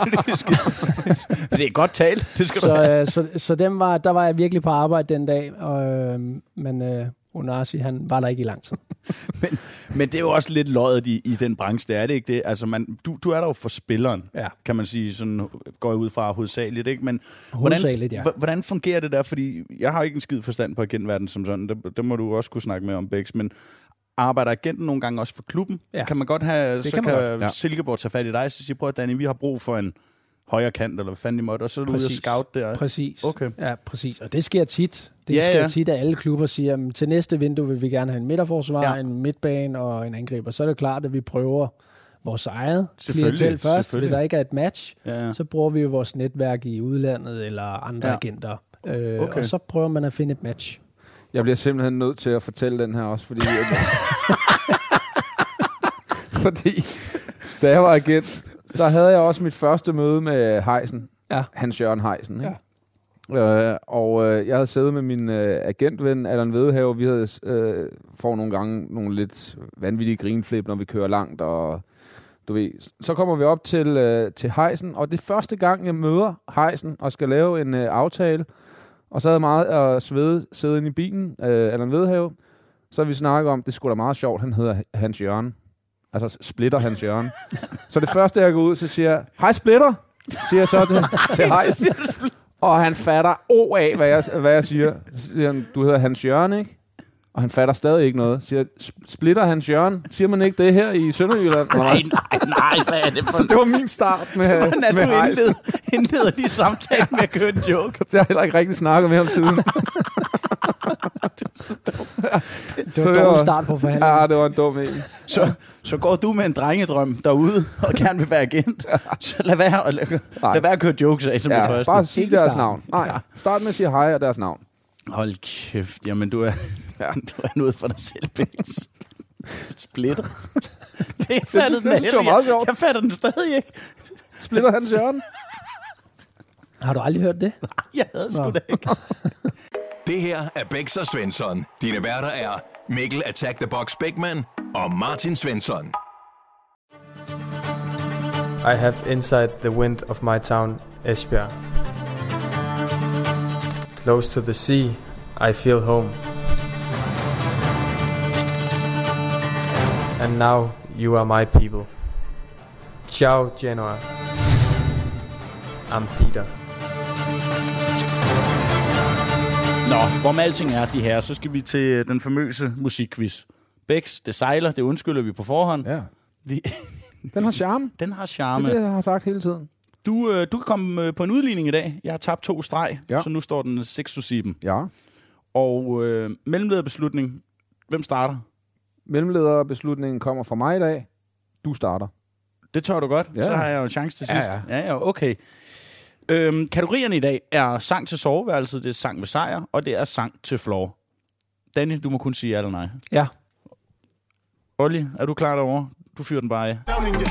Det er godt talt. Det skal så, øh, så, så dem var, der var jeg virkelig på arbejde den dag, og, øh, men øh, Onasi, han var der ikke i lang tid. men, men det er jo også lidt løjet i, i den branche, det er det ikke det? Altså, man, du, du er der jo for spilleren, ja. kan man sige, sådan går jeg ud fra hovedsageligt, ikke? Men hovedsageligt, hvordan, ja. hvordan fungerer det der? Fordi jeg har ikke en skid forstand på agentverden som sådan, det, det må du også kunne snakke med om, Bæks, men arbejder agenten nogle gange også for klubben? Ja. Kan man godt have, det så kan, kan ja. Silkeborg tage fat i dig, så siger, prøv at Danny, vi har brug for en højre kant, eller hvad fanden I måtte, og så er du ude og scout der. Præcis. Okay. Ja, præcis. Og det sker tit. Det ja, sker ja. tit, at alle klubber siger, at til næste vindue vil vi gerne have en midterforsvar, ja. en midtbane og en angriber. Så er det klart, at vi prøver vores eget klientel først. Hvis der ikke er et match, ja, ja. så bruger vi jo vores netværk i udlandet eller andre ja. agenter. Øh, okay. Og så prøver man at finde et match. Jeg bliver simpelthen nødt til at fortælle den her også, fordi... fordi da jeg var agent, så havde jeg også mit første møde med Heisen. Ja. Hans Jørgen Heisen. Ikke? Ja. Øh, og øh, jeg havde siddet med min øh, agentven, Allan Vedhave. Vi havde øh, får nogle gange nogle lidt vanvittige grinflip, når vi kører langt. Og du ved, så kommer vi op til, øh, til Heisen, og det er første gang, jeg møder Heisen og skal lave en øh, aftale. Og så havde jeg meget at øh, svede, sidde inde i bilen, øh, Allan Vedhave. Så har vi snakket om, det skulle da meget sjovt, han hedder Hans Jørgen. Altså splitter Hans Jørgen. Så det første, jeg går ud, så siger jeg, hej Splitter, siger jeg så til, til Heisen. Og han fatter o af, hvad jeg, hvad jeg siger. Så siger han, du hedder Hans Jørgen, ikke? Og han fatter stadig ikke noget. Siger, splitter Hans Jørgen? Siger man ikke det her i Sønderjylland? Nej, nej, nej, hvad er det for... Så det var min start med Heisen. Hvordan er du indleder, indleder de samtaler med at køre en joke? Så jeg har heller ikke rigtig snakket med ham siden. Det var en dum start på forhandlingen. Ja, det var en dum en. Så, så går du med en drengedrøm derude, og gerne vil være agent. Så lad være, at, lad, lad være at køre jokes af som ja, det første. Bare sig deres starten. Navn. Nej, ja. Start med at sige hej og deres navn. Hold kæft. Jamen, du er, ja. du er noget for dig selv, Bæks. Splitter. Det fattede den synes, det var meget sjovt. Jeg fatter den stadig ikke. Splitter Hans Jørgen. Har du aldrig hørt det? Jeg havde sgu Nå. da ikke. Det her er Bæks og Svensson. Dine værter er Mikkel Attack the Box Bækman og Martin Svensson. I have inside the wind of my town, Esbjerg. Close to the sea, I feel home. And now you are my people. Ciao, Genoa. I'm Peter. Nå, hvor med alting er de her, så skal vi til den famøse musikquiz. Bæks, det sejler, det undskylder vi på forhånd. Ja. Vi, Den har charme. den har Det charme. er det, jeg har sagt hele tiden. Du, øh, du kan komme øh, på en udligning i dag. Jeg har tabt to streg, Ja. så nu står den seks til syv. Ja. Og øh, mellemlederbeslutning. Hvem starter? Mellemlederbeslutningen kommer fra mig i dag. Du starter. Det tør du godt. Ja. Så har jeg jo en chance til Ja, sidst. Ja, ja, okay. Øhm, kategorierne i dag er sang til soveværelset, det er sang med sejr, og det er sang til floor. Danny, du må kun sige ja eller nej. Ja. Olli, er du klar derovre? Du fyrer den bare af.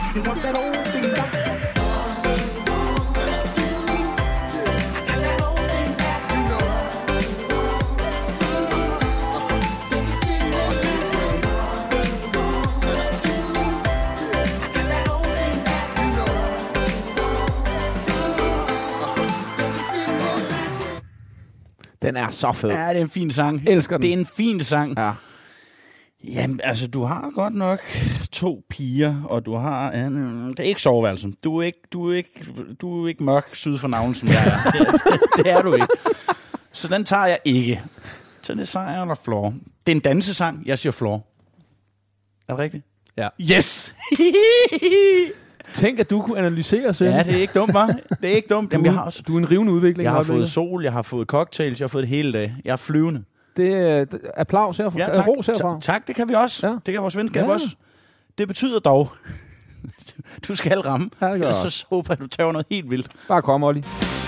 Den er så fed. Ja, det er en fin sang. Elsker den. Det er en fin sang. Ja. Jamen, altså, du har godt nok to piger, og du har... Uh, det er ikke soveværelsen. Du er ikke, du er ikke, du er ikke mørk syd for navlen, som jeg er. Det, det, det er du ikke. Så den tager jeg ikke. Så det er sejr eller floor. Det er en dansesang. Jeg siger floor. Er det rigtigt? Ja. Yes! Tænk, at du kunne analysere selv. Ja, det er ikke dumt, hva'? Det er ikke dumt. Jamen, jeg har, også, Du er en rivende udvikling. jeg har i øjeblikket. fået sol, jeg har fået cocktails, jeg har fået det hele dag. Jeg er flyvende. Det er det- applaus herfra. Ja, tak. Ros herfra. Ta- tak, det kan vi også. Ja. Det kan vores venskab Ja. også. Det betyder dog, du skal ramme. Ja, det gør jeg Ellers så håber jeg, du tager noget helt vildt. Bare kom, Olli.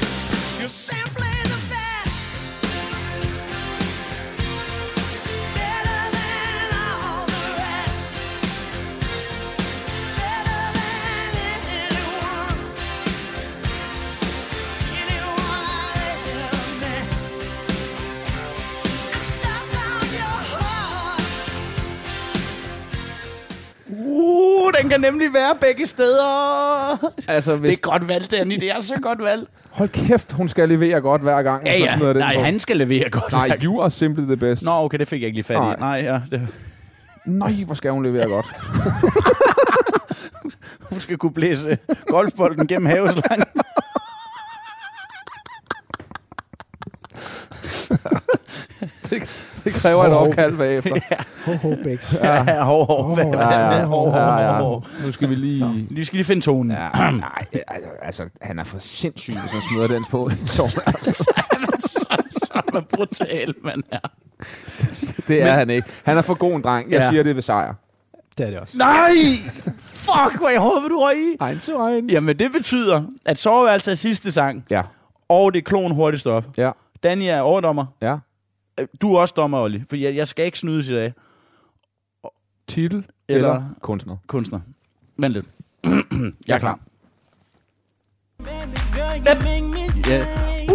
Uh, den kan nemlig være begge steder. Altså, hvis... Det er godt valgt, Danny. Det er så godt valgt. Hold kæft, hun skal levere godt hver gang. Ja, hun ja. smider den Nej, på. han skal levere godt. Nej, you are simply the best. Nå, okay, det fik jeg ikke lige fat i. Nej. Nej, ja. Det... Nej, hvor skal hun levere godt. Hun skal kunne blæse golfbolden gennem haveslangen. Det kræver et opkald bagefter. Ho, ho, Bæks. Ja, ja, hov, hov. Hvad- hvad- Ja, ja, hvad- hov, hov, ja, ja. hov, hov. Nu skal vi lige... Vi skal lige finde tonen. Ja, nej, altså, han er for sindssyg, hvis han smider den på i soveværelset. så, så er man brutal, man er. Det er han ikke. Han er for god en dreng. Jeg Ja. siger det ved sejr. Det er det også. Nej! Fuck, hvor jeg håber, du røg i. Eins zu eins. Jamen, det betyder, at soveværelset er sidste sang, Ja. og det er klon hurtigst op. Ja. Danny er overdommer. Ja. Du er også dommer, Olli, for jeg, jeg skal ikke snydes i dag. Titel Eller- eller, eller kunstner. Kunstner. Vent lidt. Jeg er klar. Ja.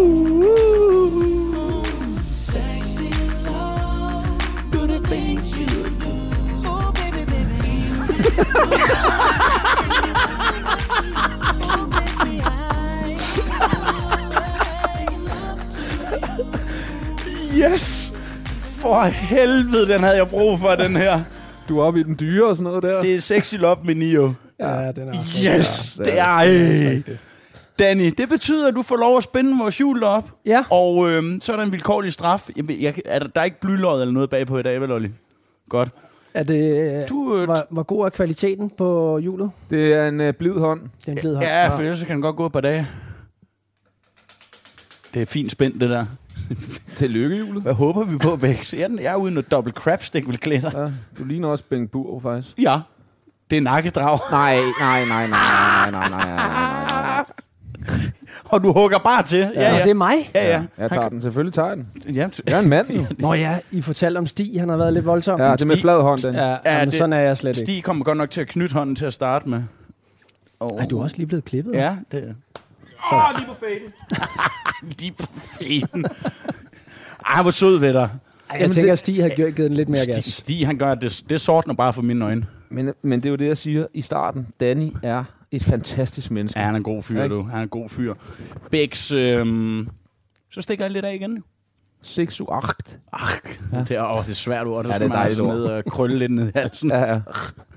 Yes! For helvede, den havde jeg brug for, den her. Du er oppe i den dyre og sådan noget der. Det er Sexy Love med Nio. Ja, den er også Yes! Ja, Det det er- er... det er Ej. rigtigt. Danny, det betyder, at du får lov at spænde vores hjul op. Ja. Og øhm, så er der en vilkårlig straf. Jeg, jeg, er der, der er ikke blyløjet eller noget bagpå i dag, vel, Olli? Godt. Er det, Du, øh, hvor, hvor god er kvaliteten på hjulet? Det er en uh, blid hånd. Det er en blid hånd. Ja, Så- for ellers kan den godt gå et par dage. Det er fint spændt, det der. Til lykkehjulet. Hvad håber vi på, Bæks? Jeg, er- jeg er uden noget dobbelt crabstick, vil klæde dig. Ja, du ligner også Bengt Burg, faktisk. Ja. Det er nakkedrag. Nej, nej, nej, nej, nej, nej, nej, nej, nej, nej. Og du hugger bare til. Ja, Ja, ja. det er mig. Ja, ja. Jeg tager den. Selvfølgelig tager jeg den. ja. Jeg er en mand, jo. Nå ja, I fortalte om Stig, han har været lidt voldsom. Ja, det er med flad hånd, den. Ja, Ja, jamen, det- sådan er jeg slet ikke. Stig kommer godt nok til at knytte hånden til at starte med. Oh. Er du også lige blevet klippet? Ja, det Åh, lige på faden. lige på feden. Ej, hvor sød ved dig. Ej, jeg Jamen, tænker, det- at Stig har givet den lidt mere Stig, gas. Stig, han gør, det, det sortner bare for mine øjne. Men, men det er jo det, jeg siger i starten. Danny er et fantastisk menneske. Ja, han er en god fyr, Ikke? du. Han er en god fyr. Bæks, øhm, så stikker jeg lidt af igen. seks og otte. Ach, ja. det, er, åh, det er svært ord. Der Ja, skal det er man altså dejligt ned og krølle lidt ned i halsen. Ja, ja.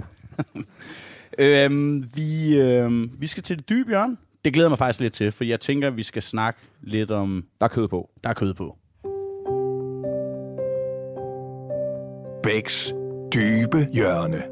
øhm, vi, øhm, vi skal til det dybe, Jørgen. Det glæder mig faktisk lidt til, for jeg tænker, at vi skal snakke lidt om... Der er kød på. Der er kød på. Bæks dybe hjørne.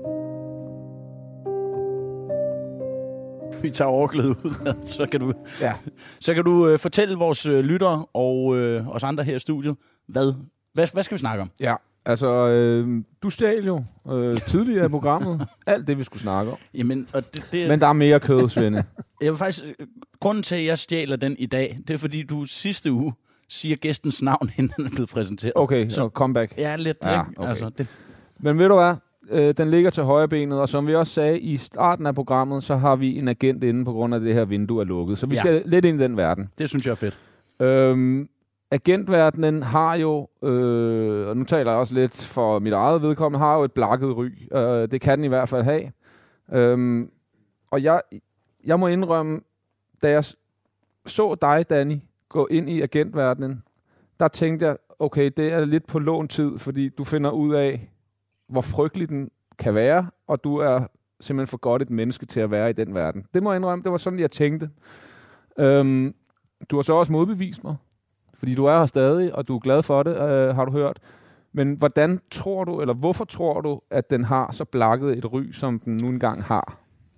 Vi tager overklædet ud, så kan du, Ja. så kan du øh, fortælle vores øh, lyttere og øh, os andre her i studiet, hvad, hvad, hvad skal vi snakke om? Ja, altså, øh, du stjal jo øh, tidligere i programmet alt det, vi skulle snakke om. Jamen, og det, det, Men der er mere kød, Svende. jeg vil faktisk, øh, grunden til, at jeg stjæler den i dag, det er, fordi du sidste uge siger gæstens navn, inden han er blevet præsenteret. Okay, Så- så comeback. Ja, lidt. Ja, Ikke? okay. Altså, det, Men ved du hvad? Øh, den ligger til højre benet, og som vi også sagde i starten af programmet, så har vi en agent inde på grund af, at det her vindue er lukket. Så vi Ja. skal lidt ind i den verden. det synes jeg er fedt. Øhm, agentverdenen har jo, øh, og nu taler jeg også lidt for mit eget vedkommende, har jo et blakket ry. Øh, det kan den i hvert fald have. Øhm, og jeg, jeg må indrømme, da jeg s- så dig, Danny, gå ind i agentverdenen, der tænkte jeg, okay, det er lidt på lån tid, fordi du finder ud af, hvor frygtelig den kan være, og du er simpelthen for godt et menneske til at være i den verden. Det må jeg indrømme, det var sådan, jeg tænkte. Øhm, du har så også modbevist mig, fordi du er her stadig, og du er glad for det, øh, har du hørt. Men hvordan tror du, eller hvorfor tror du, at den har så blakket et ry, som den nu engang har?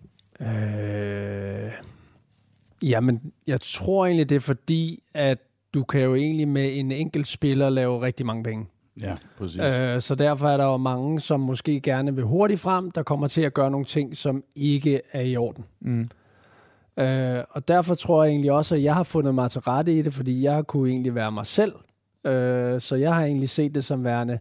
Øh, jamen, jeg tror egentlig, det er fordi, at du kan jo egentlig med en enkelt spiller lave rigtig mange penge. Ja, præcis. Øh, så derfor er der jo mange, som måske gerne vil hurtigt frem, der kommer til at gøre nogle ting, som ikke er i orden. Mm. Øh, og derfor tror jeg egentlig også, at jeg har fundet mig til rette i det, fordi jeg kunne egentlig være mig selv. Øh, så jeg har egentlig set det som værende...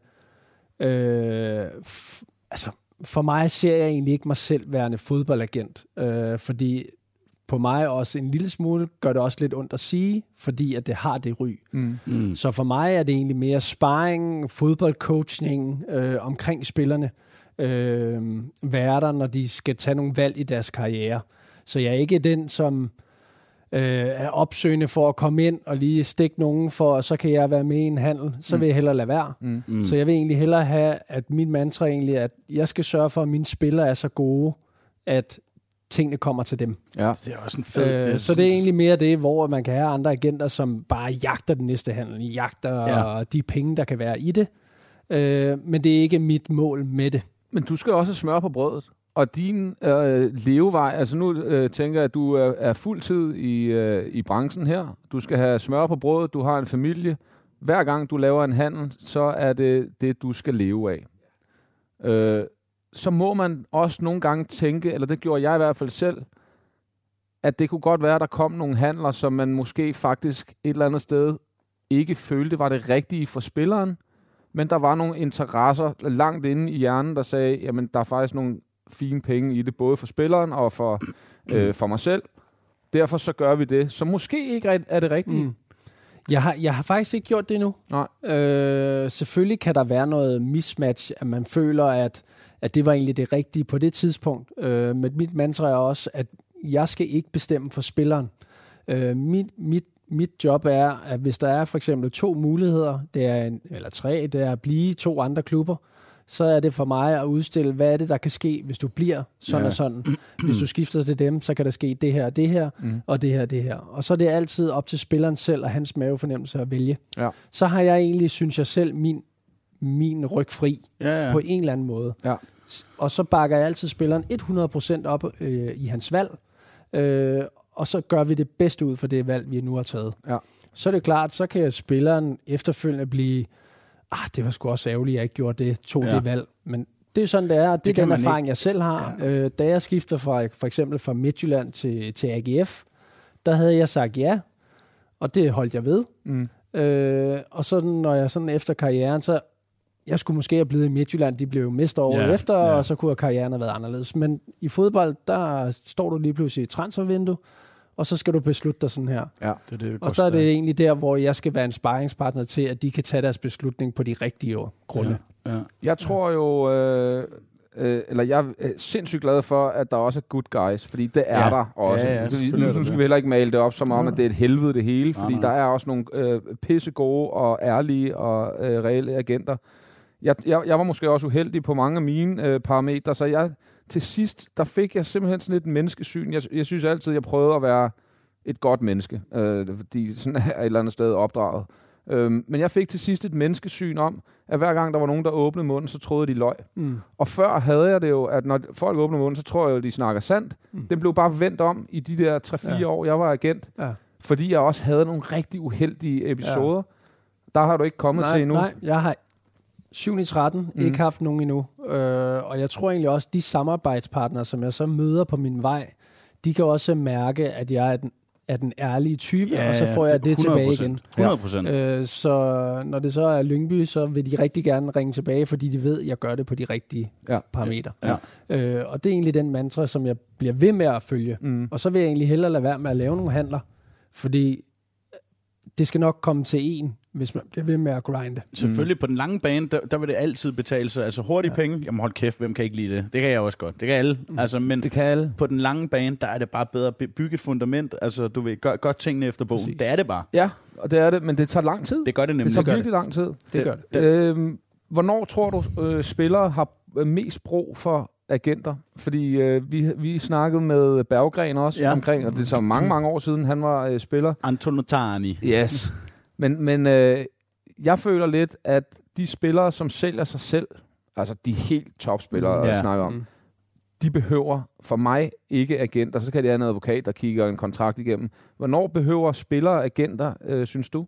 Øh, f- altså, for mig ser jeg egentlig ikke mig selv værende fodboldagent, øh, fordi på mig også en lille smule gør det også lidt ondt at sige, fordi at det har det ry. Mm. Mm. Så for mig er det egentlig mere sparring, fodboldcoachning øh, omkring spillerne, øh, være der, når de skal tage nogle valg i deres karriere. Så jeg er ikke den, som øh, er opsøgende for at komme ind og lige stikke nogen, for så kan jeg være med i en handel. Så vil jeg hellere lade være. Mm. Mm. Så jeg vil egentlig hellere have, at min mantra egentlig er, at jeg skal sørge for, at mine spillere er så gode, at tingene kommer til dem. Ja. Det er også en fed... Øh, det er så det er egentlig mere det, hvor man kan have andre agenter, som bare jagter den næste handel, jagter Ja. de penge, der kan være i det. Øh, men det er ikke mit mål med det. Men du skal også smøre på brødet. Og din øh, levevej, altså nu øh, tænker jeg, at du er, er fuldtid i, øh, i branchen her. Du skal have smør på brødet, du har en familie. Hver gang du laver en handel, så er det det, du skal leve af. Øh, så må man også nogle gange tænke, eller det gjorde jeg i hvert fald selv, at det kunne godt være, at der kom nogle handler, som man måske faktisk et eller andet sted ikke følte var det rigtige for spilleren, men der var nogle interesser langt inde i hjernen, der sagde, jamen der er faktisk nogle fine penge i det, både for spilleren og for, øh, for mig selv. Derfor så gør vi det, så måske ikke er det rigtige. Mm. Jeg har, jeg har faktisk ikke gjort det endnu. Nej. Øh, selvfølgelig kan der være noget mismatch, at man føler, at, at det var egentlig det rigtige på det tidspunkt. Øh, men mit mantra er også, at jeg skal ikke bestemme for spilleren. Øh, mit, mit, mit job er, at hvis der er for eksempel to muligheder, det er en, eller tre, det er at blive to andre klubber, så er det for mig at udstille, hvad er det, der kan ske, hvis du bliver sådan Ja. og sådan. Hvis du skifter til dem, så kan der ske det her og det her, Mm. og det her og det her. Og så er det altid op til spilleren selv og hans mavefornemmelse at vælge. Ja. Så har jeg egentlig, synes jeg selv, min, min ryg fri Ja, ja. på en eller anden måde. Ja. S- Og så bakker jeg altid spilleren hundrede procent op øh, i hans valg, øh, og så gør vi det bedste ud for det valg, vi nu har taget. Ja. Så er det klart, så kan spilleren efterfølgende blive, ah, det var sgu også ærgerligt, at jeg ikke gjorde det, tog Ja. det valg. Men det er sådan, det er, og det, Det det kan er den man erfaring, jeg selv har. Ja. Øh, da jeg skifter fra for eksempel fra Midtjylland til, til A G F, der havde jeg sagt ja, og det holdt jeg ved. Mm. Øh, og så når jeg sådan efter karrieren, så jeg skulle måske have blevet i Midtjylland, de blev jo mester året Ja, efter, ja. og så kunne karrieren have været anderledes. Men i fodbold, der står du lige pludselig i et transfervindue, og så skal du beslutte dig sådan her. Ja. Det er det, det Og der er det egentlig der, hvor jeg skal være en sparringspartner til, at de kan tage deres beslutning på de rigtige grunde. Ja. Ja. Jeg tror jo, øh, øh, eller jeg er sindssygt glad for, at der også er good guys, fordi det er Ja. der også. Ja, ja, Nu- selvfølgelig er nu, der nu skal det. vi heller ikke male det op som om, at det er et helvede det hele, fordi nej. der er også nogle øh, pissegode og ærlige og øh, reelle agenter. Jeg, jeg, jeg var måske også uheldig på mange af mine øh, parametre, så jeg til sidst, der fik jeg simpelthen sådan et menneskesyn. Jeg, jeg synes altid, jeg prøvede at være et godt menneske, øh, fordi sådan er jeg et eller andet sted opdraget. Øhm, men jeg fik til sidst et menneskesyn om, at hver gang der var nogen, der åbnede munden, så troede de løg. Mm. Og før havde jeg det jo, at når folk åbner munden, så tror jeg jo, at de snakker sandt. Mm. Den blev bare vendt om i de der tre fire Ja. år, jeg var agent. Ja. Fordi jeg også havde nogle rigtig uheldige episoder. Der har du ikke kommet Nej, til endnu. nej, jeg har syv i tretten, mm. ikke haft nogen endnu. Øh, og jeg tror egentlig også, de samarbejdspartnere, som jeg så møder på min vej, de kan også mærke, at jeg er den, er den ærlige type, Ja, og så får jeg det tilbage hundrede procent. igen. hundrede procent. Øh, så når det så er Lyngby, så vil de rigtig gerne ringe tilbage, fordi de ved, at jeg gør det på de rigtige Ja. parametre. Ja. Øh, og det er egentlig den mantra, som jeg bliver ved med at følge. Mm. Og så vil jeg egentlig hellere lade være med at lave nogle handler, fordi det skal nok komme til en, hvis man bliver ved med at grinde. Selvfølgelig på den lange bane, der, der vil det altid betale sig. Altså hurtige ja. penge, jamen hold kæft, hvem kan ikke lide det? Det kan jeg også godt. Det kan alle. Mm. Altså, men Det kan alle. på den lange bane, der er det bare bedre at bygge et fundament. Altså, du ved, gør, gør tingene efter bogen. Præcis. Det er det bare. Ja, og det er det, men det tager lang tid. Det gør det nemlig. Det tager gør virkelig lang tid. Det gør det. Øhm, hvornår tror du, øh, spillere har mest brug for agenter? Fordi øh, vi, vi snakkede med Berggren også Ja. omkring, og det er så mange, mange år siden, han var øh, spiller. Antonio Tani. Yes. Men, men øh, jeg føler lidt, at de spillere, som sælger sig selv, altså de helt topspillere, Ja. jeg snakker om, Mm. de behøver for mig ikke agenter. Så kan det have en advokat, der kigger en kontrakt igennem. Hvornår behøver spillere agenter, øh, synes du?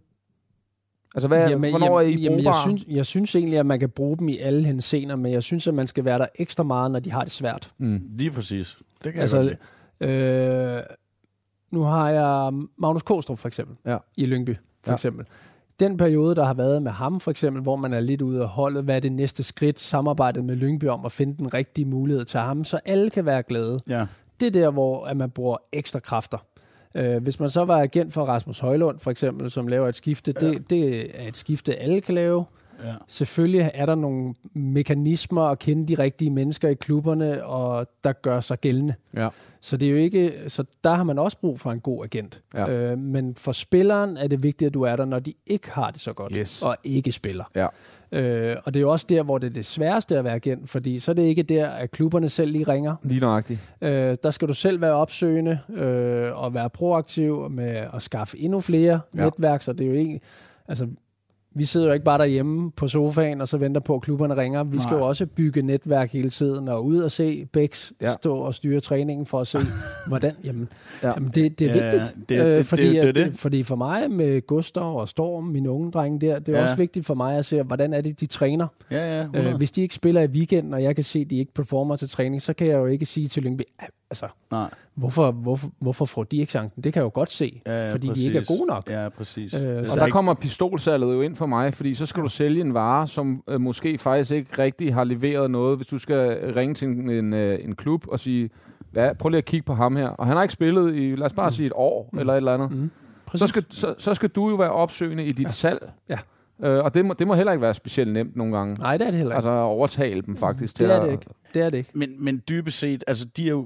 Altså, hvad, Jamen, hvornår er I jamen, jamen, jeg, brugbare? synes, jeg synes egentlig, at man kan bruge dem i alle henseender, men jeg synes, at man skal være der ekstra meget, når de har det svært. Mm. Lige præcis. Det kan Altså, jeg godt lide. Øh, nu har jeg Magnus Kåstrup for eksempel, Ja. i Lyngby for Ja. eksempel. Den periode, der har været med ham for eksempel, hvor man er lidt ude af holdet, hvad er det næste skridt, samarbejdet med Lyngby om at finde den rigtige mulighed til ham, så alle kan være glade. Ja. Det er der, hvor at man bruger ekstra kræfter. Uh, hvis man så var agent for Rasmus Højlund for eksempel, som laver et skifte, ja. det, det er et skifte, alle kan lave. Ja. Selvfølgelig er der nogle mekanismer at kende de rigtige mennesker i klubberne, og der gør sig gældende. Ja. Så det er jo ikke, så der har man også brug for en god agent. Ja. Øh, men for spilleren er det vigtigt, at du er der, når de ikke har det så godt, Yes. og ikke spiller. Ja. Øh, og det er jo også der, hvor det er det sværeste at være agent, fordi så er det ikke der, at klubberne selv lige ringer. Lige nøjagtigt. Øh, der skal du selv være opsøgende øh, og være proaktiv med at skaffe endnu flere Ja. netværk, så det er jo ikke, altså vi sidder jo ikke bare derhjemme på sofaen og så venter på, at klubberne ringer. Vi skal Nej. jo også bygge netværk hele tiden og ud og se Bæks Ja. stå og styre træningen for at se, hvordan. Jamen, Ja. ja. jamen det, det er Ja, vigtigt. det- det- det- fordi, det- det er at- det. fordi for mig med Gustav og Storm, mine unge drenge der, det er Ja. også vigtigt for mig at se, hvordan er det, de træner. Ja, ja. hundrede. Øh, hvis de ikke spiller i weekenden, og jeg kan se, at de ikke performer til træning, så kan jeg jo ikke sige til Lyngby, "Ah, altså, Nej. hvorfor, hvorfor, hvorfor får de ikke chancen? Det kan jeg jo godt se, Ja, ja, fordi præcis. de ikke er gode nok. Ja, præcis. Øh, Hvis Og der der ikke- kommer pistolsalget jo ind for mig, fordi så skal du sælge en vare, som øh, måske faktisk ikke rigtig har leveret noget. Hvis du skal ringe til en, en, øh, en klub og sige, ja, prøv lige at kigge på ham her. Og han har ikke spillet i, lad os bare sige et år, mm. eller et eller andet. Mm. Så skal, så, så skal du jo være opsøgende i dit Ja. salg. Ja. Øh, og det må, det må heller ikke være specielt nemt nogle gange. Nej, det er det heller ikke. Altså at overtale dem faktisk til det er at... det ikke. Det er det ikke. Men, men dybest set, altså de er jo...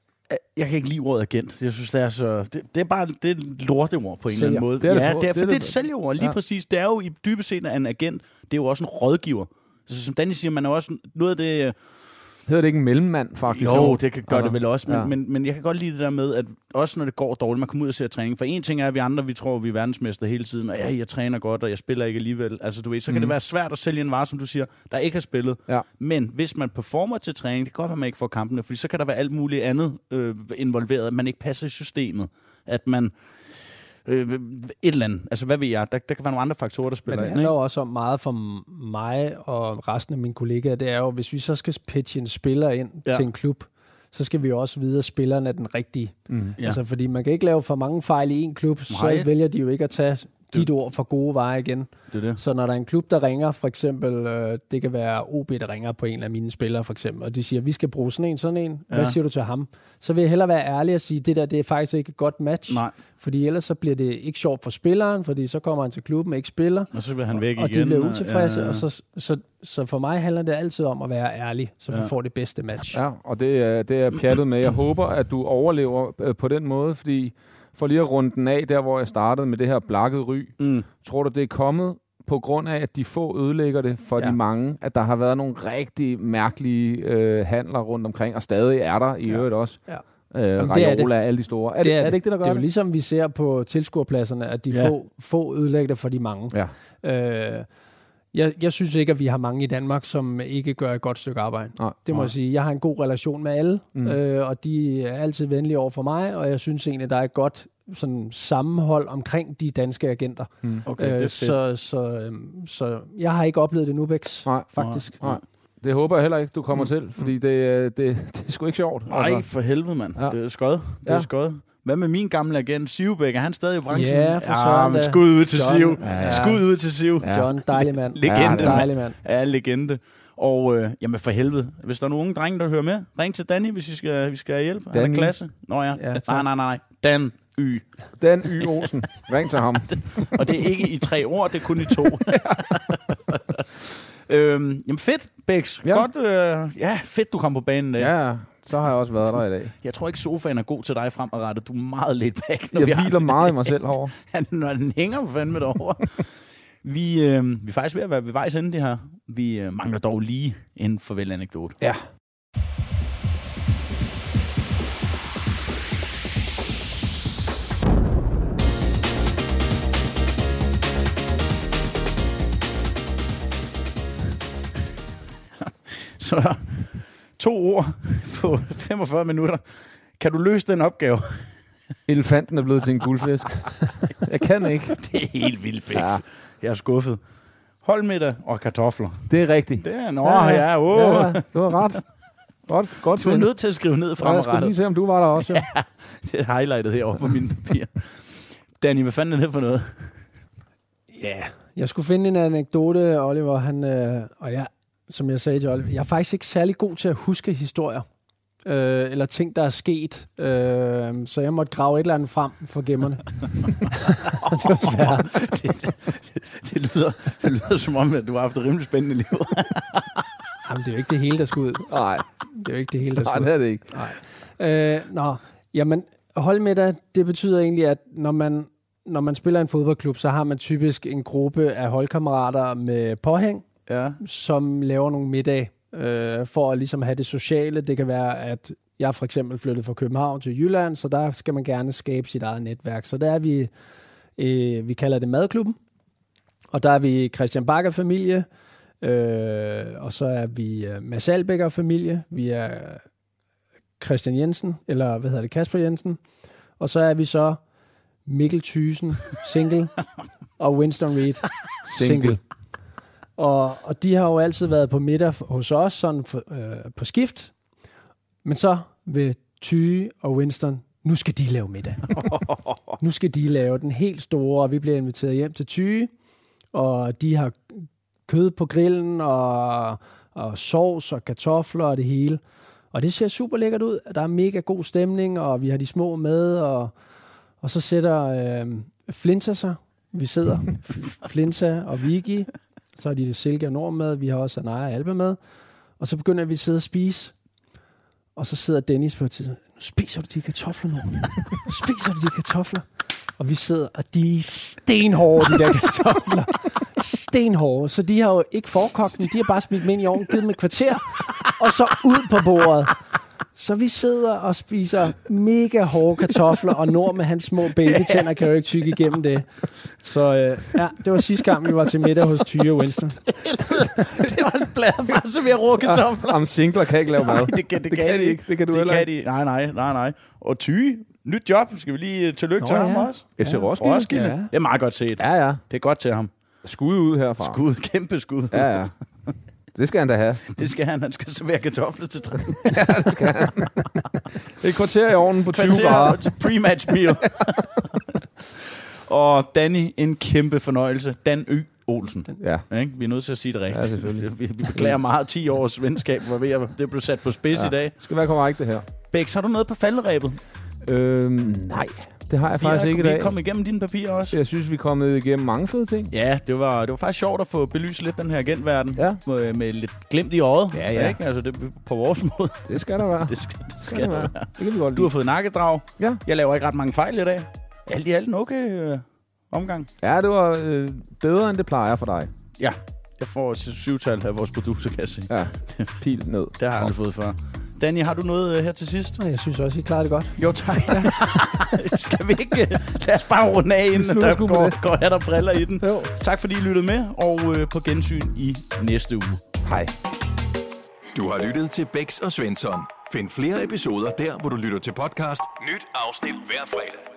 Jeg kan ikke lide ordet agent. Jeg synes, det er så... Det, det er bare det er et lorteord på en eller Sælger. anden måde. Det er det ja, for- det er, det er for det er det- et sælgerord, lige Ja. ja. præcis. Det er jo i dybest set en agent. Det er jo også en rådgiver. Altså, som Danny siger, man er også noget af det... Hedder det ikke en mellemmand faktisk? Jo, det kan gøre Altså, det vel også, men, ja. ja. men, men jeg kan godt lide det der med, at også når det går dårligt, man kommer ud og ser træning. For en ting er, at vi andre, vi tror, vi er verdensmester hele tiden, og ja, jeg træner godt, og jeg spiller ikke alligevel. Altså, du ved, så kan Mhm. det være svært at sælge en vare, som du siger, der ikke har spillet. Ja. Men hvis man performer til træning, det kan godt være, at man ikke får kampene, fordi så kan der være alt muligt andet øh, involveret, at man ikke passer i systemet, at man... Øh, et eller andet. Altså, hvad ved jeg? Der, der kan være nogle andre faktorer, der Men spiller det ind, handler ikke? jo også om meget for mig og resten af mine kollegaer, det er jo, hvis vi så skal pitche en spiller ind Ja. ja. til en klub, så skal vi også vide, at spilleren er den rigtige. Mm. Ja. Altså, fordi man kan ikke lave for mange fejl i en klub, Nej. så vælger de jo ikke at tage dit ord for gode veje igen. Det er det. Så når der er en klub, der ringer, for eksempel, øh, det kan være O B, der ringer på en af mine spillere, for eksempel, og de siger, vi skal bruge sådan en, sådan en. Hvad Ja. siger du til ham? Så vil jeg hellere være ærlig og sige, det der, det er faktisk ikke et godt match. Nej. Fordi ellers så bliver det ikke sjovt for spilleren, fordi så kommer han til klubben og ikke spiller. Og så vil han væk og igen. de bliver utilfredse, Ja, ja. og så, så, så for mig handler det altid om at være ærlig, så vi Ja. får det bedste match. Ja, og det er, det er pjattet med. Jeg håber, at du overlever øh, på den måde, fordi for lige at runde den af, der hvor jeg startede med det her blakkede ry, Mm. tror du, det er kommet på grund af, at de få ødelægger det for Ja. de mange, at der har været nogle rigtig mærkelige øh, handler rundt omkring, og stadig er der i Ja. øvrigt også. Ja. Øh, det er Raiola, alle de store. Er det, Det er det ikke det, der gør Det er det? jo ligesom vi ser på tilskuerpladserne, at de Ja. få, få ødelægger det for de mange. Ja. Øh, jeg, jeg synes ikke, at vi har mange i Danmark, som ikke gør et godt stykke arbejde. Nej. Det må Nej. jeg sige. Jeg har en god relation med alle, Mm. mm. øh, og de er altid venlige over for mig, og jeg synes egentlig, der er et godt sådan, sammenhold omkring de danske agenter. Mm. Okay, det er Øh, fedt. så, så, øhm, så jeg har ikke oplevet det nu, Bex, Nej. faktisk. Nej. Det håber jeg heller ikke, du kommer Mm. til, fordi det, øh, det, det er sgu ikke sjovt. Nej, for helvede, mand. Ja. Det er skød. Det Ja. er skød. Hvad med min gamle agent, Sivbæk? Er han stadig i branchen? Ja, for ja søren men da. skud ud til John. Siv. Ja. Skud ud til Siv. Ja. John, dejlig mand. Legende, Ja, mand. dejlig mand. Ja, legende. Og øh, jamen for helvede, hvis der er nogle unge drenge, der hører med, ring til Danny, hvis I skal, vi skal have hjælp. Han er Danny. klasse. Nå ja. Ja, nej, tak. nej, nej. Dan Y. Dan Y. Olsen. Ring til ham. Og det er ikke i tre ord, det er kun i to. øhm, jamen fedt, Bex. Ja. Godt, øh, ja, fedt, du kom på banen. Øh. Ja, så har jeg også været der i dag. Jeg tror ikke, sofaen er god til dig fremadrettet. Du er meget lidt back, når Jeg vi har hviler meget i mig selv herovre. Han, når den hænger fandme derovre. vi, øh, vi er faktisk ved at være ved vejs ende det her. Vi øh, mangler dog lige en farvel-anekdote. Ja. Så to ord på femogfyrre minutter. Kan du løse den opgave? Elefanten er blevet til en guldfisk. Jeg kan ikke. Det er helt vildt, Bex. Ja. Ja. Jeg er skuffet. Holdmiddag og kartofler. Det er rigtigt. Det er, nå, ja, ja, oh. ja, du har ret. Godt, godt. Du er Svend. nødt til at skrive ned Ja, jeg skulle fremadrettet. lige se, om du var der også. Ja. Det er highlightet herovre på mine papirer. Danny, hvad fanden er det for noget? Ja, yeah. Jeg skulle finde en anekdote, Oliver, han, øh, og jeg, som jeg sagde til Oliver, jeg er faktisk ikke særlig god til at huske historier, øh, eller ting, der er sket, øh, så jeg måtte grave et eller andet frem for gemmerne. Og det var svært. det, det, det, lyder, det lyder som om, at du har haft et rimelig spændende liv. Jamen, det er jo ikke det hele, der skal ud. Nej, Det er jo ikke det hele, der nej, skal ud. det er det ikke. Øh, nå, jamen, hold med dig, det betyder egentlig, at når man, når man spiller i en fodboldklub, så har man typisk en gruppe af holdkammerater med påhæng, Ja. som laver nogle middag øh, for at ligesom have det sociale. Det kan være, at jeg for eksempel flyttet fra København til Jylland, så der skal man gerne skabe sit eget netværk. Så der er vi, øh, vi kalder det Madklubben, og der er vi Christian Bakker familie, øh, og så er vi øh, Mads Albecker familie, vi er Christian Jensen, eller hvad hedder det, Kasper Jensen, og så er vi så Mikkel Thyssen, single, og Winston Reed, single. Single. Og, og de har jo altid været på middag hos os, sådan for, øh, på skift. Men så vil Thy og Winston, nu skal de lave middag. Nu skal de lave den helt store, og vi bliver inviteret hjem til Thy, og de har kød på grillen, og, og sovs og kartofler og det hele. Og det ser super lækkert ud. Der er mega god stemning, og vi har de små med, og, og så sætter øh, Flinta sig. Vi sidder, Flinta og Vicky, så er de det Silke og Norm med, vi har også Anaya og Alba med, og så begynder vi at sidde og spise, og så sidder Dennis på et tidspunkt, nu spiser du de kartofler, Norm? Nu spiser du de kartofler? Og vi sidder, og de er stenhårde, de der kartofler. Stenhårde. Så de har jo ikke forkogt dem, de har bare smidt dem ind i ovnen, givet dem et kvarter, og så ud på bordet. Så vi sidder og spiser mega hårde kartofler, og Norm med hans små babytænder kan jo ikke tykke igennem det. Så øh, ja, det var sidste gang, vi var til middag hos Thy og Winston. Det var en blad, bare så vi har rå kartofler. Om singler kan ikke lave mad. Nej, det kan, det, det kan, kan de ikke. Det kan du heller ikke. Nej, nej, nej, nej. Og Thy, nyt job. Skal vi lige tillykke Nå, til ham ja. også? F C Roskilde. Roskilde. Ja. Det er meget godt set. Ja, ja. Det er godt til ham. Skud ud herfra. Skud, kæmpe skud. Ja, ja. Det skal han da have. Det skal han. Han skal servere kartofler til træning. Ja, det skal han. Et kvarter i ovnen på tyve grader. Til pre-match meal. Og Danny, en kæmpe fornøjelse. Dan Ø. Olsen. Ja. Ikke? Vi er nødt til at sige det rigtigt. Ja, selvfølgelig. Vi, vi beklager meget. ti års venskab var ved at det blev sat på spids ja. i dag. Det skal være korrekt, det her. Bæks, har du noget på falderæbet? Øhm, nej, det har jeg faktisk er, ikke i dag. Vi er kommet igennem dine papirer også. Jeg synes, vi er kommet igennem mange fede ting. Ja, det var, det var faktisk sjovt at få belyst lidt den her agentverden. Ja. Med, med lidt glimt i øjet. Ja, ja. Ikke? Altså, det på vores måde. Det skal der være. Det skal, det skal, skal der være. være. Det kan vi godt lide. Du har fået nakkedrag. Ja. Jeg laver ikke ret mange fejl i dag. Alt i alt en okay øh, omgang. Ja, det var øh, bedre, end det plejer for dig. Ja, jeg får et syvtal af vores producer, kan jeg sige. Ja, pil ned. Det har jeg aldrig fået før. Danny, har du noget uh, her til sidst? Jeg synes også, I klarer det godt. Jo, tak. Skal vi ikke? Lad os bare runde af, inden der går, går hat og briller i den. Jo. Tak fordi I lyttede med, og uh, på gensyn i næste uge. Hej. Du har lyttet til Bæks og Svensson. Find flere episoder der, hvor du lytter til podcast. Nyt afsnit hver fredag.